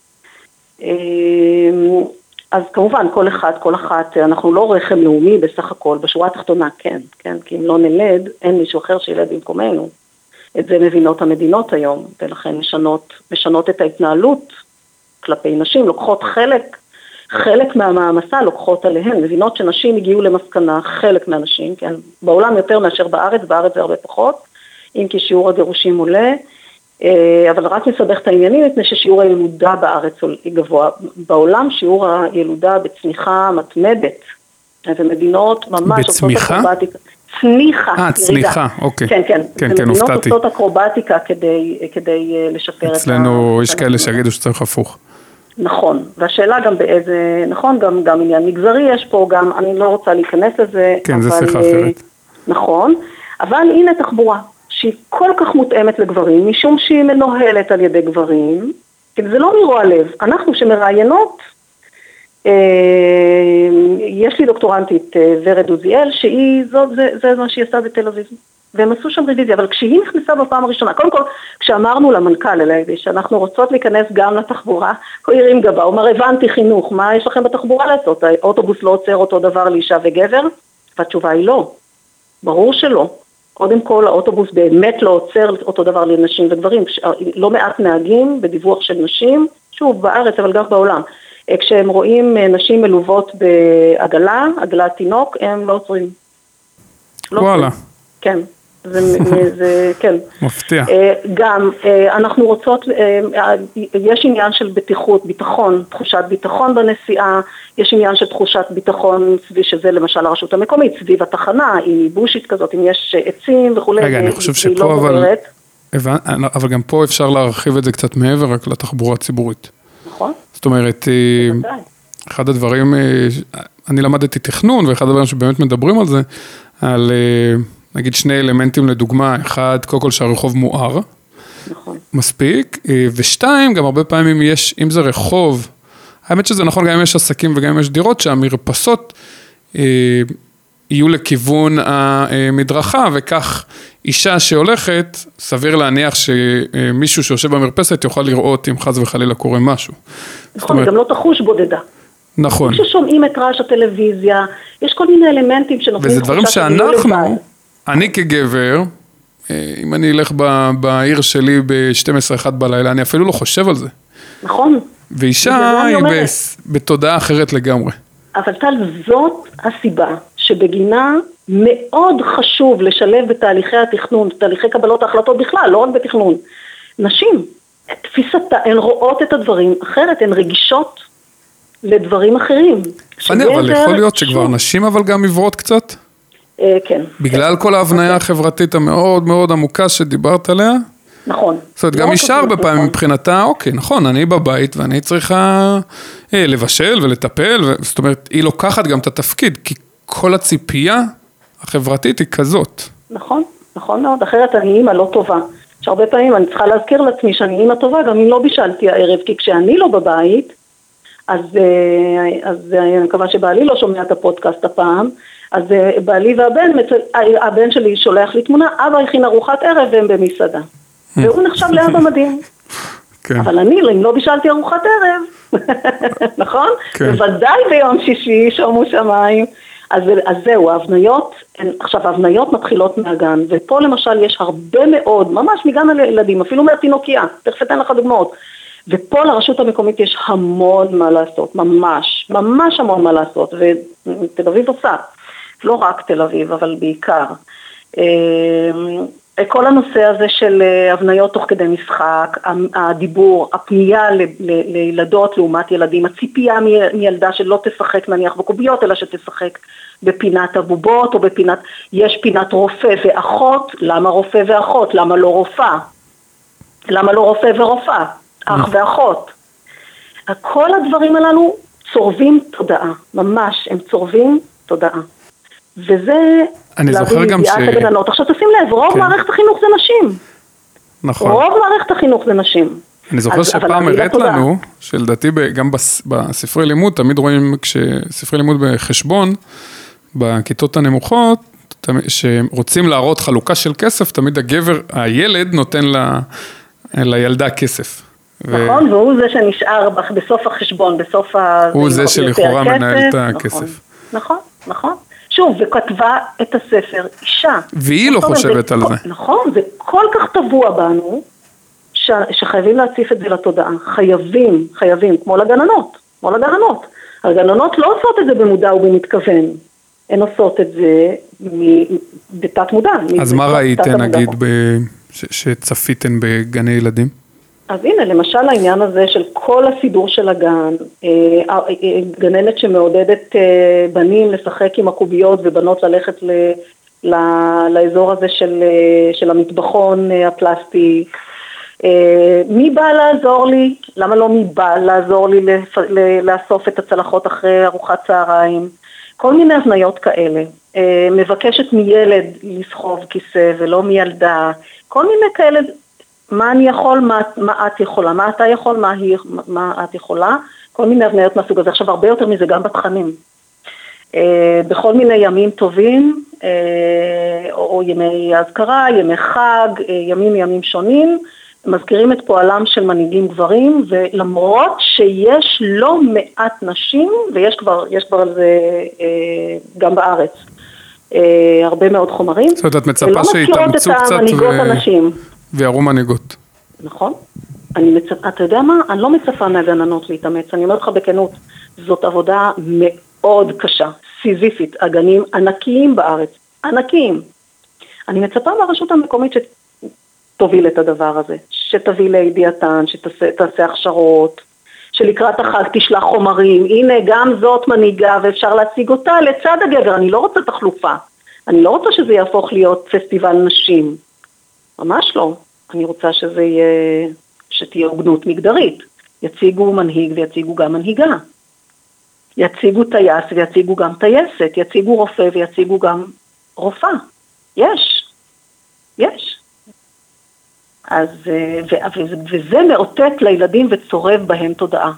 אז כמובן, כל אחת, אנחנו לא רחם לאומי בסך הכל, בשורה התחתונה, כן, כי אם לא נלד, אין מישהו אחר שילד במקומנו. את זה מבינות המדינות היום, ולכן משנות את ההתנהלות כלפי נשים, לוקחות חלק מהמעמסה לוקחות עליהן, מבינות שנשים הגיעו למסקנה, חלק מהנשים, כן, בעולם יותר מאשר בארץ זה הרבה פחות, אם כי שיעור הגירושים עולה, אבל רק מסבך את העניינים, מפני ששיעור הילודה בארץ היא גבוה, בעולם שיעור הילודה בצניחה מתמדת, ומדינות ממש בצמיחה? צניחה, אוקיי. כן, ומדינות עושות אקרובטיקה כדי לשפר את אצלנו יש כאלה שיגידו שצריך הפוך. נכון, והשאלה גם באיזה, נכון, גם עניין מגזרי יש פה, גם אני לא רוצה להיכנס לזה. כן, זה שיחה אחרת. נכון, אבל הנה תחבורה, שהיא כל כך מותאמת לגברים, משום שהיא מנוהלת על ידי גברים, כי זה לא מרוע לב, אנחנו שמראיינות, יש לי דוקטורנטית ורד עוזיאל, זה מה שהיא עשתה בתל אביב, והם עשו שם רוויזיה, אבל כשהיא נכנסה בפעם הראשונה, קודם כל, כשאמרנו למנכ"ל אליי, שאנחנו רוצות להיכנס גם לתחבורה, הוא הרים גבה, הוא אומר, הבנתי חינוך, מה יש לכם בתחבורה לעשות? האוטובוס לא עוצר אותו דבר לאישה וגבר? והתשובה היא לא, ברור שלא. קודם כל, האוטובוס באמת לא עוצר אותו דבר לנשים וגברים, לא מעט נהגים בדיווח של נשים, שוב, בארץ, אבל גם בעולם. כשהם רואים נשים מלוות בעגלה, עגלת תינוק, הם לא עוצרים. וואלה. כן. זה כן. מפתיע. גם אנחנו רוצות, יש עניין של ביטחון, תחושת ביטחון בנסיעה, יש עניין של תחושת ביטחון, שזה למשל הרשות המקומית, סביב התחנה, אם היא בושית כזאת, אם יש עצים וכו'. רגע, אני חושב שפה אבל גם פה אפשר להרחיב את זה קצת מעבר רק לתחבורה הציבורית. נכון. זאת אומרת, אחד הדברים, אני למדתי תכנון, ואחד הדברים שבאמת מדברים על זה, על נגיד שני אלמנטים לדוגמה, אחד, קודם כל שהרחוב מואר, נכון. מספיק, ושתיים, גם הרבה פעמים יש, אם זה רחוב, האמת שזה נכון, גם אם יש עסקים וגם אם יש דירות, שהמרפסות יהיו לכיוון המדרכה, וכך אישה שהולכת, סביר להניח שמישהו שיושב במרפסת יוכל לראות אם חס וחלילה קורה משהו. נכון, גם לא תחוש בודדה. נכון. כששומעים את רעש הטלוויזיה, יש כל מיני אלמנטים שנותנים וזה דברים שאנחנו, אני כגבר, אם אני אלך בעיר שלי ב-12-1 בלילה, אני אפילו לא חושב על זה. נכון. ואישה היא בתודעה אחרת לגמרי. אבל טל, זאת הסיבה שבגינה מאוד חשוב לשלב בתהליכי התכנון, תהליכי קבלות ההחלטות בכלל, לא רק בתכנון. נשים, תפיסתה, הן רואות את הדברים אחרת, הן רגישות לדברים אחרים. אבל יכול להיות שכבר נשים אבל גם עברות קצת? כן. בגלל כל ההבניה החברתית המאוד מאוד עמוקה שדיברת עליה? נכון. זאת אומרת, גם אישה הרבה פעמים מבחינתה, אוקיי, נכון, אני בבית ואני צריכה לבשל ולטפל, זאת אומרת, היא לוקחת גם את התפקיד, כי כל הציפייה החברתית היא כזאת. נכון, נכון מאוד, אחרת אני אימא לא טובה. שהרבה פעמים אני צריכה להזכיר לעצמי שאני אימא טובה, גם אם לא בישלתי הערב, כי כשאני לא בבית, אז אני מקווה שבעלי לא שומע את הפודקאסט הפעם, אז בעלי הבן שלי שולח לי תמונה, אבא הכין ארוחת ערב והם במסעדה. והוא נחשב לאבא מדהים. אבל אני, אם לא בישלתי ארוחת ערב, נכון? בוודאי ביום שישי, שומו שמיים. אז זהו, עכשיו ההבניות מתחילות מהגן, ופה למשל יש הרבה מאוד, ממש מגן הילדים, אפילו מהתינוקיה, תכף אתן לך דוגמאות. ופה לרשות המקומית יש המון מה לעשות, ממש המון מה לעשות, ותל אביב עושה, לא רק תל אביב, אבל בעיקר. כל הנושא הזה של הבניות תוך כדי משחק, הדיבור, הפנייה לילדות לעומת ילדים, הציפייה מילדה שלא תשחק נניח בקוביות, אלא שתשחק בפינת הבובות או בפינת, יש פינת רופא ואחות, למה רופא ואחות? למה לא רופאה? למה לא רופא ורופאה? אח ואחות. כל הדברים הללו צורבים תודעה, ממש, הם צורבים תודעה. וזה אני זוכר גם עכשיו תשים לב, רוב מערכת החינוך זה נשים. נכון. רוב מערכת החינוך זה נשים. אני זוכר שפעם הראת לנו, שלדעתי גם בספרי לימוד, תמיד רואים כשספרי לימוד בחשבון, בכיתות הנמוכות, שרוצים להראות חלוקה של כסף, תמיד הילד נותן לילדה כסף. נכון, והוא זה שנשאר בסוף החשבון, הוא זה שלכאורה מנהל את הכסף. נכון, נכון. שוב, וכתבה את הספר אישה. והיא לא חושבת על זה. נכון, זה כל כך טבוע בנו, שחייבים להציף את זה לתודעה, חייבים, כמו לגננות. הגננות לא עושות את זה במודע ובמתכוון, הן עושות את זה בתת מודע. אז מה ראיתן, נגיד, שצפיתן בגני ילדים? אז הנה, למשל העניין הזה של כל הסידור של הגן, גננת שמעודדת בנים לשחק עם הקוביות ובנות ללכת לאזור הזה של המטבחון הפלסטיק, מי בא לעזור לי? למה לא מי בא לעזור לי לאסוף את הצלחות אחרי ארוחת צהריים? כל מיני הבניות כאלה. מבקשת מילד לסחוב כיסא ולא מילדה. כל מיני כאלה, מה אני יכול, מה את יכולה, מה אתה יכול, מה את יכולה. כל מיני הבניות מהסוג הזה. עכשיו הרבה יותר מזה גם בתכנים. בכל מיני ימים טובים, או ימי הזכרה, ימי חג, ימים שונים, מזכירים את פועלם של מנהיגים גברים, ולמרות שיש לא מעט נשים, ויש כבר על זה גם בארץ, הרבה מאוד חומרים. זאת אומרת, את מצפה שיתאמצו קצת ויראו מנהיגות. נכון. אתה יודע מה? אני לא מצפה מהגננות להתאמץ, אני אומרת לך בכנות, זאת עבודה מאוד קשה, סיזיפית, הגנים ענקיים בארץ, ענקיים. אני מצפה מהרשות המקומית תוביל את הדבר הזה, שתביא לידיעתן, שתעשה הכשרות, שלקראת החג תשלח חומרים, הנה גם זאת מנהיגה ואפשר להציג אותה לצד הגבר, אני לא רוצה תחלופה, אני לא רוצה שזה יהפוך להיות פסטיבל נשים, ממש לא, אני רוצה שתהיה הוגנות מגדרית, יציגו מנהיג ויציגו גם מנהיגה, יציגו טייס ויציגו גם טייסת, יציגו רופא ויציגו גם רופאה, יש. אז, וזה מאותת לילדים וצורב בהם תודעה,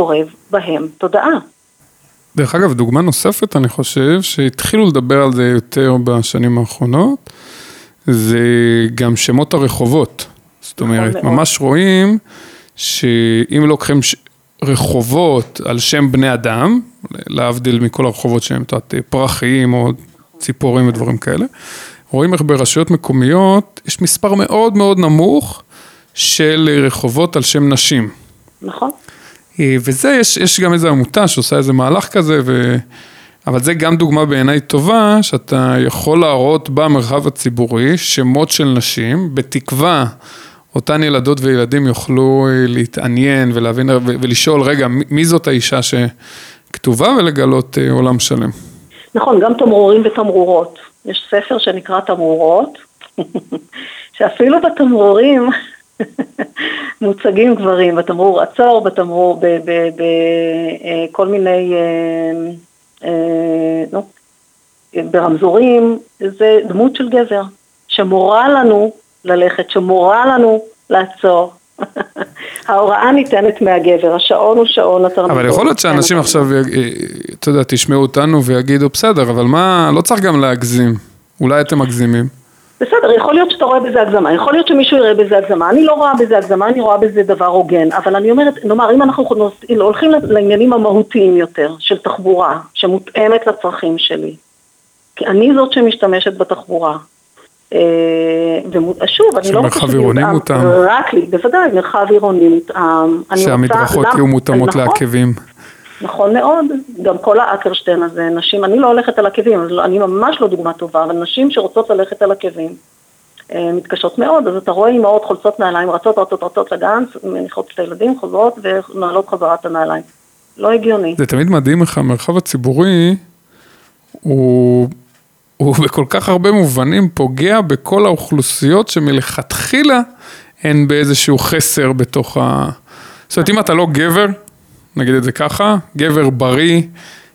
דרך אגב, דוגמה נוספת, אני חושב, שהתחילו לדבר על זה יותר בשנים האחרונות, זה גם שמות הרחובות. זאת אומרת, ממש רואים שאם לוקחים רחובות על שם בני אדם, להבדיל מכל הרחובות שהם פרחיים או ציפורים ודברים כאלה, רואים איך ברשויות מקומיות יש מספר מאוד מאוד נמוך של רחובות על שם נשים. נכון. וזה, יש גם איזו עמותה שעושה איזה מהלך כזה, אבל זה גם דוגמה בעיניי טובה, שאתה יכול להראות במרחב הציבורי שמות של נשים, בתקווה אותן ילדות וילדים יוכלו להתעניין ולהבין ולשאול, רגע, מי זאת האישה שכתובה ולגלות עולם שלם. נכון, גם תמרורים ותמרורות. יש ספר שנקרא תמרורות, שאפילו בתמרורים מוצגים גברים, בתמרור עצור, בתמרור, בכל מיני, ברמזורים, זה דמות של גבר, שמורה לנו ללכת, שמורה לנו לעצור. ההוראה ניתנת מהגבר, השעון הוא שעון התרנגול. אבל יכול להיות שאנשים עכשיו, אתה יודע, תשמעו אותנו ויגידו, בסדר, אבל מה, לא צריך גם להגזים. אולי אתם מגזימים. בסדר, יכול להיות שאתה רואה בזה הגזמה, יכול להיות שמישהו יראה בזה הגזמה, אני לא רואה בזה הגזמה, אני רואה בזה דבר הוגן, אבל אני אומרת, נאמר, אם אנחנו הולכים לעניינים המהותיים יותר, של תחבורה, שמותאמת לצרכים שלי, כי אני זאת שמשתמשת בתחבורה, ושוב, אני לא רוצה שמרחב עירוני מותאם. רק לי, בוודאי, מרחב עירוני מותאם. שהמדרכות יהיו מותאמות לעקבים. נכון מאוד, גם כל האקרשטיין הזה, נשים, אני לא הולכת על עקבים, אני ממש לא דוגמה טובה, אבל נשים שרוצות ללכת על עקבים, מתקשות מאוד, אז אתה רואה אמהות חולצות נעליים, רצות לגן, מניחות את הילדים, חוזרות ונעלות חזרת הנעליים. לא הגיוני. זה תמיד מדהים לך, המרחב הציבורי הוא בכל כך הרבה מובנים פוגע בכל האוכלוסיות שמלכתחילה הן באיזשהו חסר בתוך זאת אומרת, אם אתה לא גבר, נגיד את זה ככה, גבר בריא,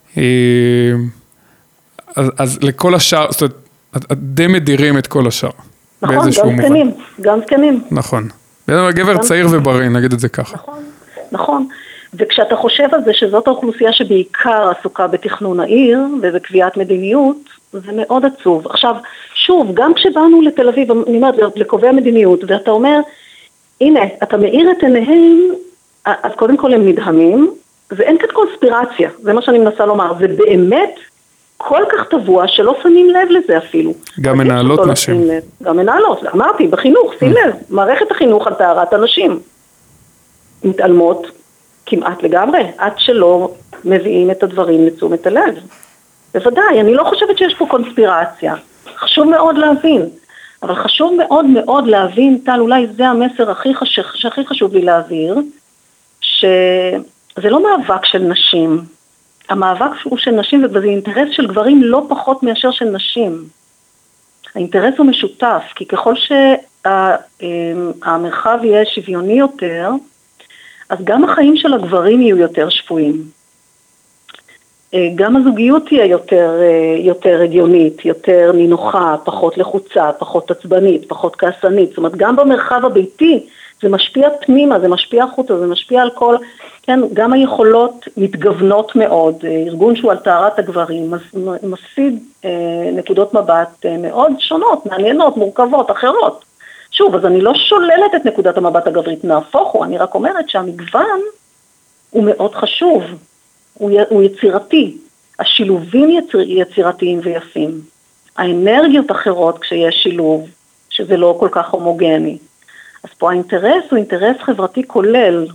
אז לכל השאר, זאת אומרת, די מדירים את כל השאר. נכון, גם זקנים. נכון. גבר צעיר ובריא, נגיד את זה ככה. נכון. וכשאתה חושב על זה שזאת האוכלוסייה שבעיקר עסוקה בתכנון העיר ובקביעת מדיניות, זה מאוד עצוב. עכשיו, שוב, גם כשבאנו לתל אביב, אני אומרת, לקובע מדיניות, ואתה אומר, הנה, אתה מאיר את עיניהם, אז קודם כל הם נדהמים, ואין כאן קונספירציה, זה מה שאני מנסה לומר, זה באמת כל כך טבוע שלא שמים לב לזה אפילו. גם מנהלות נשים. גם מנהלות, אמרתי, בחינוך, שים לב, מערכת החינוך על טהרת הנשים. מתעלמות כמעט לגמרי, עד שלא מביאים את הדברים לתשומת הלב. בוודאי, אני לא חושבת שיש פה קונספירציה. חשוב מאוד להבין. אבל חשוב מאוד מאוד להבין, טל, אולי זה המסר הכי חשוב לי להעביר, שזה לא מאבק של נשים. המאבק הוא של נשים, וזה אינטרס של גברים לא פחות מאשר של נשים. האינטרס הוא משותף, כי ככל שהמרחב יהיה שוויוני יותר, אז גם החיים של הגברים יהיו יותר שפויים. גם הזוגיות תהיה יותר הגיונית, יותר נינוחה, פחות לחוצה, פחות עצבנית, פחות כעסנית. זאת אומרת, גם במרחב הביתי זה משפיע פנימה, זה משפיע החוצה, זה משפיע על כל, כן, גם היכולות מתגוונות מאוד. ארגון שהוא על טהרת הגברים מפסיד נקודות מבט מאוד שונות, מעניינות, מורכבות, אחרות. שוב, אז אני לא שוללת את נקודת המבט הגברית, נהפוך הוא, אני רק אומרת שהמגוון הוא מאוד חשוב. הוא יצירתי, השילובים יצירתיים ויפים, האנרגיות אחרות כשיש שילוב, שזה לא כל כך הומוגני. אז פה האינטרס הוא אינטרס חברתי כולל.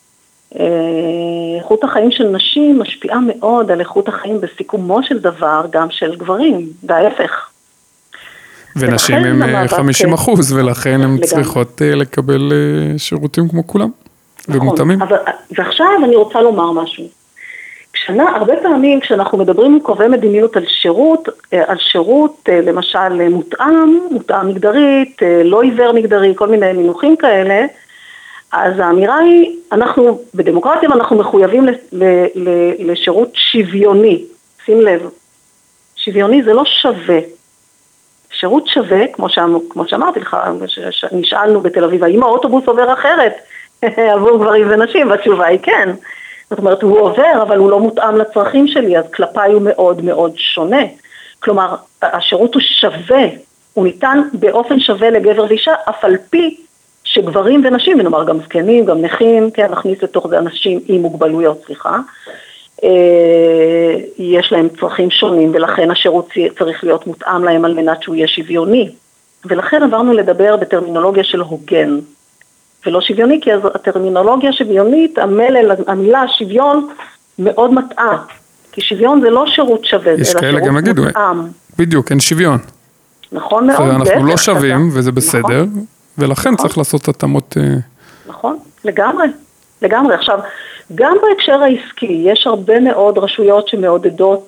איכות החיים של נשים משפיעה מאוד על איכות החיים בסיכומו של דבר, גם של גברים, וההפך. ונשים הם 50%, ולכן הן צריכות לקבל שירותים כמו כולם, ומותאמים. ועכשיו אני רוצה לומר משהו. הרבה פעמים כשאנחנו מדברים עם קובעי מדיניות על שירות למשל מותאם מגדרית, לא עיוור מגדרי, כל מיני מינוחים כאלה, אז האמירה היא, אנחנו בדמוקרטיה אנחנו מחויבים לשירות שוויוני, שים לב, שוויוני זה לא שווה, שירות שווה, כמו שאמרתי לך, נשאלנו בתל אביב, האם האוטובוס עובר אחרת עבור גברים ונשים, והתשובה היא כן. זאת אומרת, הוא עובר, אבל הוא לא מותאם לצרכים שלי, אז כלפיי הוא מאוד מאוד שונה. כלומר, השירות הוא שווה, הוא ניתן באופן שווה לגבר ואישה, אף על פי שגברים ונשים, ונאמר גם זקנים, גם נכים, כן, נכניס לתוך זה אנשים עם מוגבלויות, סליחה, יש להם צרכים שונים, ולכן השירות צריך להיות מותאם להם על מנת שהוא יהיה שוויוני. ולכן עברנו לדבר בטרמינולוגיה של הוגן. ולא שוויוני, כי הטרמינולוגיה שוויונית, המילה שוויון מאוד מטעה. כי שוויון זה לא שירות שווה, אלא שירות מותאם. בדיוק, אין שוויון. נכון מאוד. אנחנו לא שווים, וזה בסדר, ולכן צריך לעשות התאמות. נכון, לגמרי. לגמרי. עכשיו, גם בהקשר העסקי, יש הרבה מאוד רשויות שמעודדות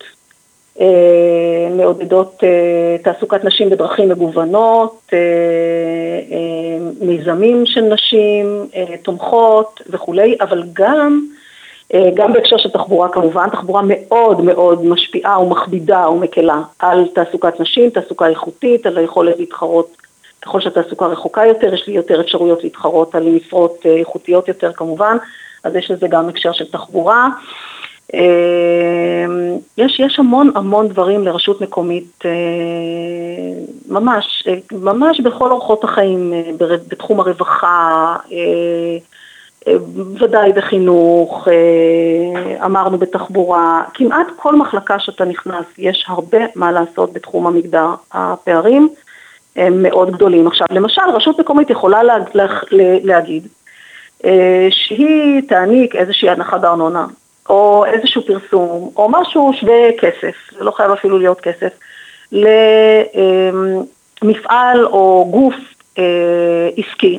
תעסוקת נשים בדרכים מגוונות, מיזמים של נשים, תומכות וכולי, אבל גם בהקשר של תחבורה כמובן, תחבורה מאוד מאוד משפיעה ומכבידה ומקלה על תעסוקת נשים, תעסוקה איכותית, על היכולת להתחרות, ככל שהתעסוקה רחוקה יותר, יש לי יותר אפשרויות להתחרות על משרות איכותיות יותר כמובן, אז יש לזה גם הקשר של תחבורה. יש המון דברים לרשות מקומית, ממש בכל אורחות החיים, בתחום הרווחה, ודאי בחינוך, אמרנו בתחבורה, כמעט כל מחלקה שאתה נכנס, יש הרבה מה לעשות בתחום המגדר. הפערים הם מאוד גדולים. עכשיו, למשל, רשות מקומית יכולה להגיד שהיא תעניק איזושהי הנחה בארנונה, או איזשהו פרסום, או משהו שווה כסף, זה לא חייב אפילו להיות כסף, למפעל או גוף עסקי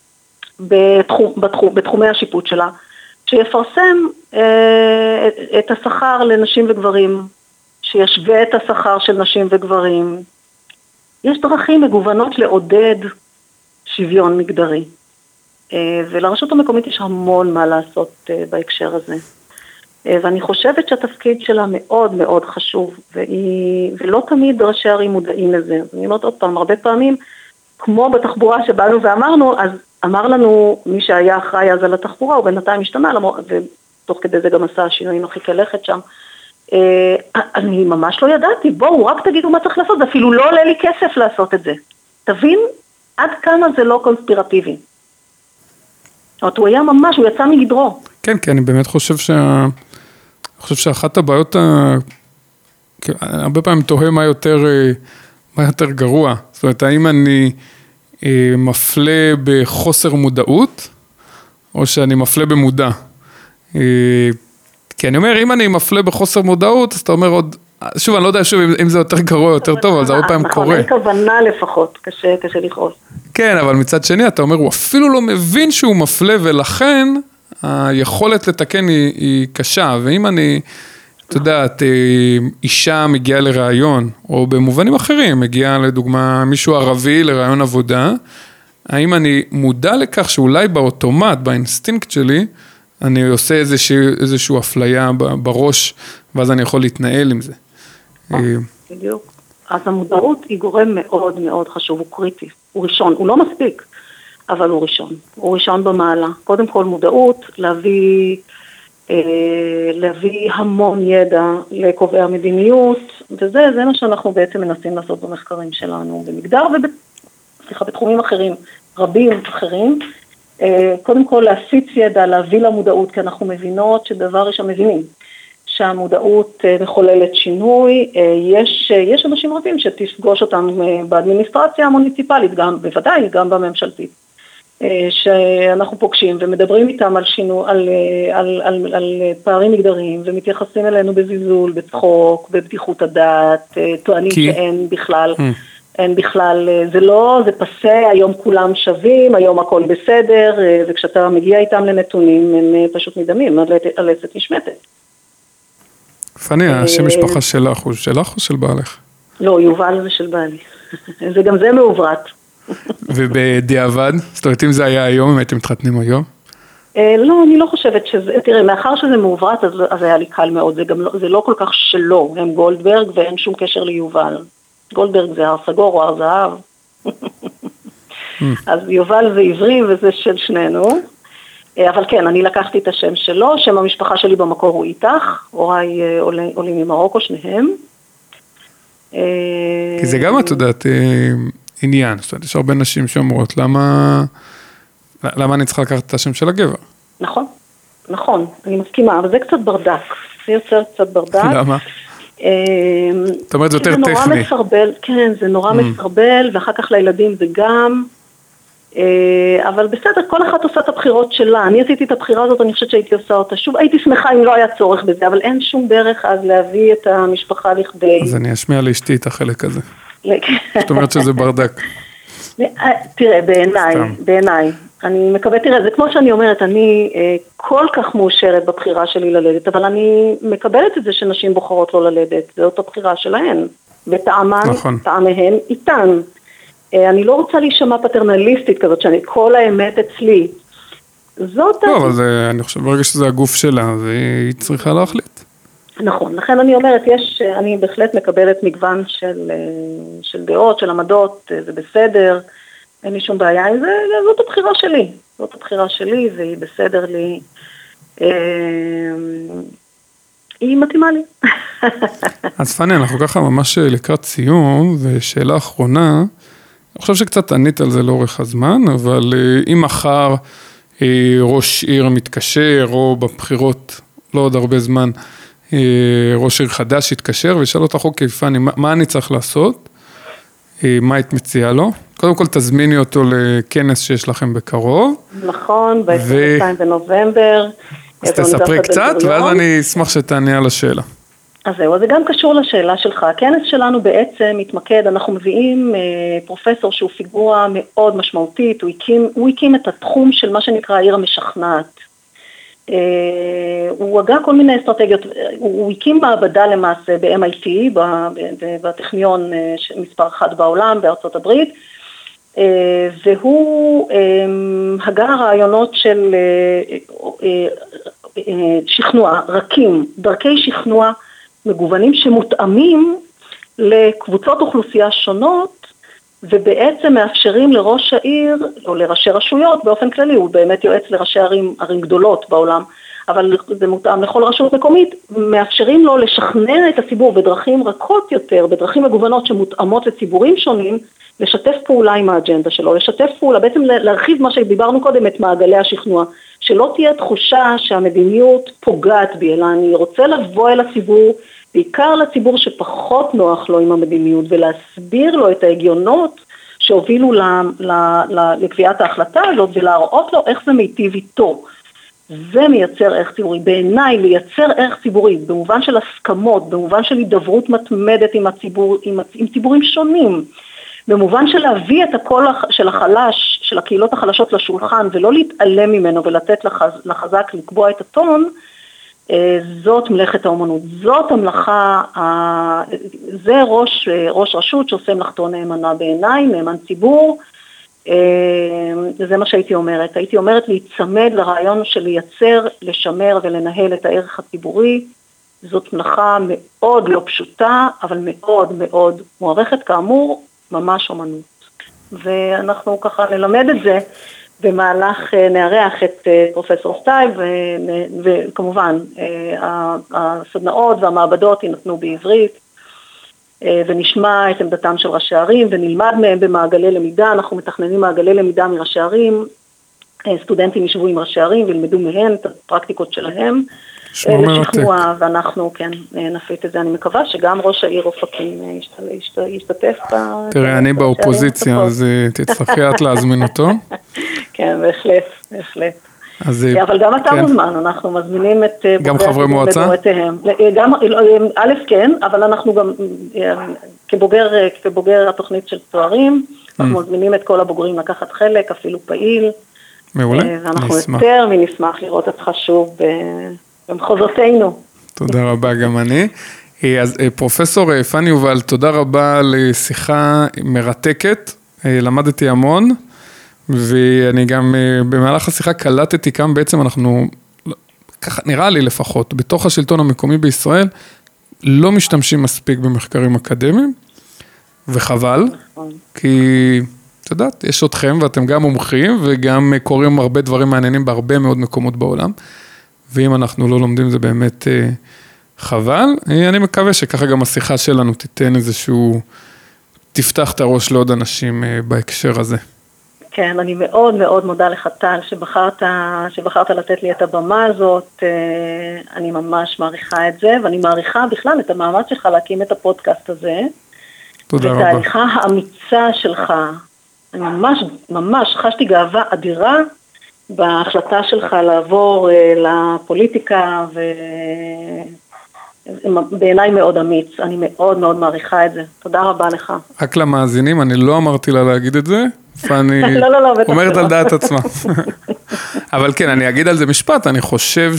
בתחומי השיפוט שלה, שיפרסם את השכר לנשים וגברים, שישווה את השכר של נשים וגברים. יש דרכים מגוונות לעודד שוויון מגדרי, ולרשות המקומית יש המון מה לעשות בהקשר הזה. ואני חושבת שהתפקיד שלה מאוד מאוד חשוב, ולא תמיד ראשי ערים מודעים לזה. אז אני אומרת עוד פעם, הרבה פעמים, כמו בתחבורה שבאנו ואמרנו, אז אמר לנו מי שהיה אחראי אז על התחבורה, הוא בינתיים השתנה, ותוך כדי זה גם עשה שינויים מרחיקי לכת שם. אני ממש לא ידעתי, בואו, רק תגידו מה צריך לעשות, זה אפילו לא עולה לי כסף לעשות את זה. תבין עד כמה זה לא קונספירטיבי. זאת אומרת, הוא היה ממש, הוא יצא מגדרו. כן, אני באמת חושב שאחת הבעיות הרבה פעמים תוהה מה יותר גרוע. זאת אומרת, האם אני מפלה בחוסר מודעות, או שאני מפלה במודע. כי אני אומר, אם אני מפלה בחוסר מודעות, אז אתה אומר עוד, שוב, אני לא יודע שוב אם זה יותר גרוע או יותר טוב, אבל זה הרבה פעמים קורה. אין כוונה לפחות, קשה לכעוס. כן, אבל מצד שני, אתה אומר, הוא אפילו לא מבין שהוא מפלה, ולכן היכולת לתקן היא קשה, ואם אני, אתה יודעת, אישה מגיעה לרעיון, או במובנים אחרים, מגיעה לדוגמה מישהו ערבי לרעיון עבודה, האם אני מודע לכך שאולי באוטומט, באינסטינקט שלי, אני עושה איזושהי אפליה בראש, ואז אני יכול להתנהל עם זה. בדיוק. אז המודעות היא גורם מאוד מאוד חשוב, הוא קריטי, הוא ראשון, הוא לא מספיק, אבל הוא ראשון. הוא ראשון במעלה. קודם כל מודעות, להביא המון ידע לקובעי המדיניות, וזה מה שאנחנו בעצם מנסים לעשות במחקרים שלנו, במגדר בתחומים אחרים, רבים אחרים. קודם כל להפיץ ידע, להביא למודעות, כי אנחנו מבינות שדבר ראשון מבינים, שהמודעות מחוללת שינוי. יש אנשים רבים שתפגוש אותם באדמיניסטרציה המוניציפלית, בוודאי גם בממשלתית, שאנחנו פוגשים ומדברים איתם על פערים מגדריים, ומתייחסים אלינו בזלזול, בצחוק, בבדיחות הדעת, טוענים שאין בכלל, אין בכלל, זה פסה, היום כולם שווים, היום הכל בסדר, וכשאתה מגיע איתם לנתונים, הם פשוט מדמים, על עצת נשמטת. פני, השם משפחה שלך, הוא שלך או של בעלך? לא, יובל זה של בעלי. גם זה מעוברת. ובדיעבד? זאת אומרת, אם זה היה היום, אם הייתם מתחתנים היום? לא, אני לא חושבת שזה, תראה, מאחר שזה מעוברת, אז היה לי קל מאוד, זה לא כל כך שלו, הם גולדברג ואין שום קשר ליובל. גולדברג זה הר סגור או הר זהב. אז יובל זה עברי וזה של שנינו. אבל כן, אני לקחתי את השם שלו, שם המשפחה שלי במקור הוא איתך, הוריי עולים ממרוקו, שניהם. כי זה גם, את יודעת, עניין, זאת אומרת, יש הרבה נשים שאומרות, למה אני צריכה לקחת את השם של הגבר? נכון, אני מסכימה, אבל זה קצת ברדק, זה יוצר קצת ברדק. למה? זאת אומרת, זה יותר טכני. זה נורא מסרבל, כן, זה נורא מסרבל, ואחר כך לילדים זה גם, אבל בסדר, כל אחת עושה את הבחירות שלה, אני עשיתי את הבחירה הזאת, אני חושבת שהייתי עושה אותה, שוב, הייתי שמחה אם לא היה צורך בזה, אבל אין שום דרך אז להביא את המשפחה לכדי. אז אני אשמיע לאשתי את החלק הזה. זאת אומרת שזה ברדק. תראה, בעיניי, אני מקווה, תראה, זה כמו שאני אומרת, אני כל כך מאושרת בבחירה שלי ללדת, אבל אני מקבלת את זה שנשים בוחרות לא ללדת, זאת הבחירה שלהן, וטעמיהן איתן. אני לא רוצה להישמע פטרנליסטית כזאת, שאני כל האמת אצלי. זאת... לא, אבל אני חושב, ברגע שזה הגוף שלה, היא צריכה להחליט. נכון, לכן אני אומרת, אני בהחלט מקבלת מגוון של דעות, של עמדות, זה בסדר, אין לי שום בעיה עם זה, זאת הבחירה שלי, והיא בסדר לי, היא מתאימה לי. אז פני, אנחנו ככה ממש לקראת סיום, ושאלה אחרונה, אני חושב שקצת ענית על זה לאורך הזמן, אבל אם מחר ראש עיר מתקשר, או בבחירות לא עוד הרבה זמן, ראש עיר חדש יתקשר, ושאל אותך, אוקיי, פני, מה אני צריך לעשות? מה היית מציעה לו? קודם כל תזמיני אותו לכנס שיש לכם בקרוב. נכון, ב-22 בנובמבר. אז תספרי קצת, ואז אני אשמח שתעני על השאלה. אז זהו, זה גם קשור לשאלה שלך. הכנס שלנו בעצם מתמקד, אנחנו מביאים פרופסור שהוא פיגורה מאוד משמעותית, הוא הקים את התחום של מה שנקרא העיר המשכנעת. הוא הגה כל מיני אסטרטגיות, הוא הקים מעבדה למעשה ב-MIT, בטכניון מספר 1 בעולם, בארצות הברית, והוא הגה רעיונות של שכנוע, דרכי שכנוע מגוונים שמותאמים לקבוצות אוכלוסייה שונות, ובעצם מאפשרים לראש העיר, או לראשי רשויות באופן כללי, הוא באמת יועץ לראשי ערים גדולות בעולם, אבל זה מותאם לכל רשות מקומית, מאפשרים לו לשכנע את הציבור בדרכים רכות יותר, בדרכים מגוונות שמותאמות לציבורים שונים, לשתף פעולה עם האג'נדה שלו, לשתף פעולה, בעצם להרחיב מה שדיברנו קודם, את מעגלי השכנוע, שלא תהיה תחושה שהמדיניות פוגעת בי, אלא אני רוצה לבוא אל הציבור בעיקר לציבור שפחות נוח לו עם המדיניות, ולהסביר לו את ההגיונות שהובילו לקביעת ההחלטה הזאת, ולהראות לו איך זה מיטיב איתו. זה מייצר ערך ציבורי. בעיניי לייצר ערך ציבורי, במובן של הסכמות, במובן של הידברות מתמדת עם הציבור, עם ציבורים שונים, במובן של להביא את הקול של החלש, של הקהילות החלשות לשולחן, ולא להתעלם ממנו ולתת לחזק לקבוע את הטון, זאת מלאכת האומנות. זאת המלאכה, זה ראש רשות שעושה מלאכתו נאמנה בעיניי, נאמן ציבור. זה מה שהייתי אומרת. הייתי אומרת להיצמד לרעיון של לייצר, לשמר ולנהל את הערך הציבורי. זאת מלאכה מאוד לא פשוטה, אבל מאוד מאוד מוערכת, כאמור, ממש אומנות. ואנחנו ככה נלמד את זה במהלך נארח את פרופסור סטייב, וכמובן הסדנאות והמעבדות ינתנו בעברית, ונשמע את עמדתם של ראשי ערים, ונלמד מהם במעגלי למידה. אנחנו מתכננים מעגלי למידה מראשי ערים, סטודנטים ישבו עם ראשי ערים וילמדו מהם את הפרקטיקות שלהם, לשכנוע, ואנחנו כן נפיץ את זה. אני מקווה שגם ראש העיר אופקים ישתתף. תראה, אני באופוזיציה, אז תצטרכי את להזמין אותו. כן, בהחלט. אבל גם אתה מוזמן, אנחנו מזמינים את גם חברי מועצה? א' כן, אבל אנחנו גם כבוגר התוכנית של צוערים, אנחנו מזמינים את כל הבוגרים לקחת חלק, אפילו פעיל. מעולה, ואנחנו יותר ונשמח לראות אותך שוב במחוזותינו. תודה רבה, גם אני. אז פרופסור פני יובל, תודה רבה לשיחה מרתקת, למדתי המון. ואני גם במהלך השיחה קלטתי כמה בעצם אנחנו, ככה נראה לי לפחות, בתוך השלטון המקומי בישראל, לא משתמשים מספיק במחקרים אקדמיים, וחבל, כי, את יודעת, יש אתכם ואתם גם מומחים, וגם קוראים הרבה דברים מעניינים בהרבה מאוד מקומות בעולם, ואם אנחנו לא לומדים זה באמת חבל. אני מקווה שככה גם השיחה שלנו תיתן איזשהו, תפתח את הראש לעוד אנשים בהקשר הזה. כן, אני מאוד מאוד מודה לך טל שבחרת לתת לי את הבמה הזאת. אני ממש מעריכה את זה, ואני מעריכה בכלל את המאמץ שלך להקים את הפודקאסט הזה. תודה רבה. ואת ההליכה האמיצה שלך. אני ממש חשתי גאווה אדירה בהחלטה שלך לעבור לפוליטיקה, בעיניי מאוד אמיץ. אני מאוד מאוד מעריכה את זה. תודה רבה לך. רק למאזינים, אני לא אמרתי לה להגיד את זה, ואני אומרת על דעת עצמה. אבל כן, אני אגיד על זה משפט, אני חושב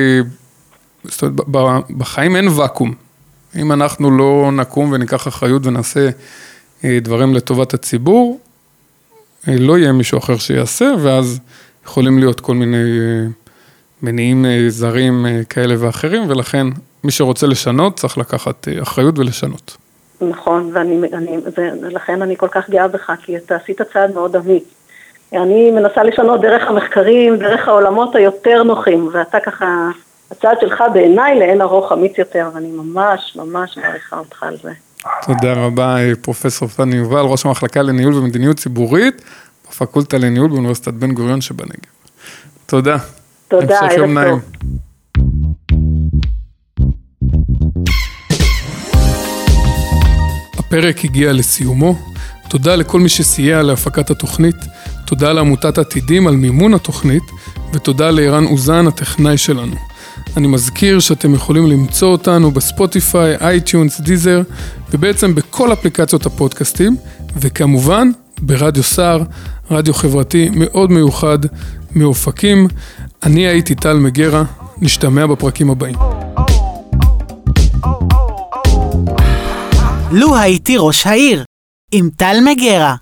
שבחיים אין וקום. אם אנחנו לא נקום וניקח אחריות ונעשה דברים לטובת הציבור, לא יהיה מישהו אחר שיעשה, ואז יכולים להיות כל מיני מניעים זרים כאלה ואחרים, ולכן מי שרוצה לשנות צריך לקחת אחריות ולשנות. נכון, ולכן אני כל כך גאה בך, כי אתה עשית צעד מאוד אמיץ. אני מנסה לשנות דרך המחקרים, דרך העולמות היותר נוחים, ואתה ככה, הצעד שלך בעיניי לאין ארוך אמיץ יותר, ואני ממש מעריכה אותך על זה. תודה רבה, פרופסור פני יובל, ראש המחלקה לניהול ומדיניות ציבורית, בפקולטה לניהול באוניברסיטת בן גוריון שבנגב. תודה. תודה, ערב טוב. הפרק הגיע לסיומו, תודה לכל מי שסייע להפקת התוכנית, תודה לעמותת עתידים על מימון התוכנית, ותודה לערן אוזן הטכנאי שלנו. אני מזכיר שאתם יכולים למצוא אותנו בספוטיפיי, אייטיונס, דיזר, ובעצם בכל אפליקציות הפודקאסטים, וכמובן ברדיו סער, רדיו חברתי מאוד מיוחד מאופקים. אני הייתי טל מגרה, נשתמע בפרקים הבאים. לו הייתי ראש העיר, עם טל מגרה.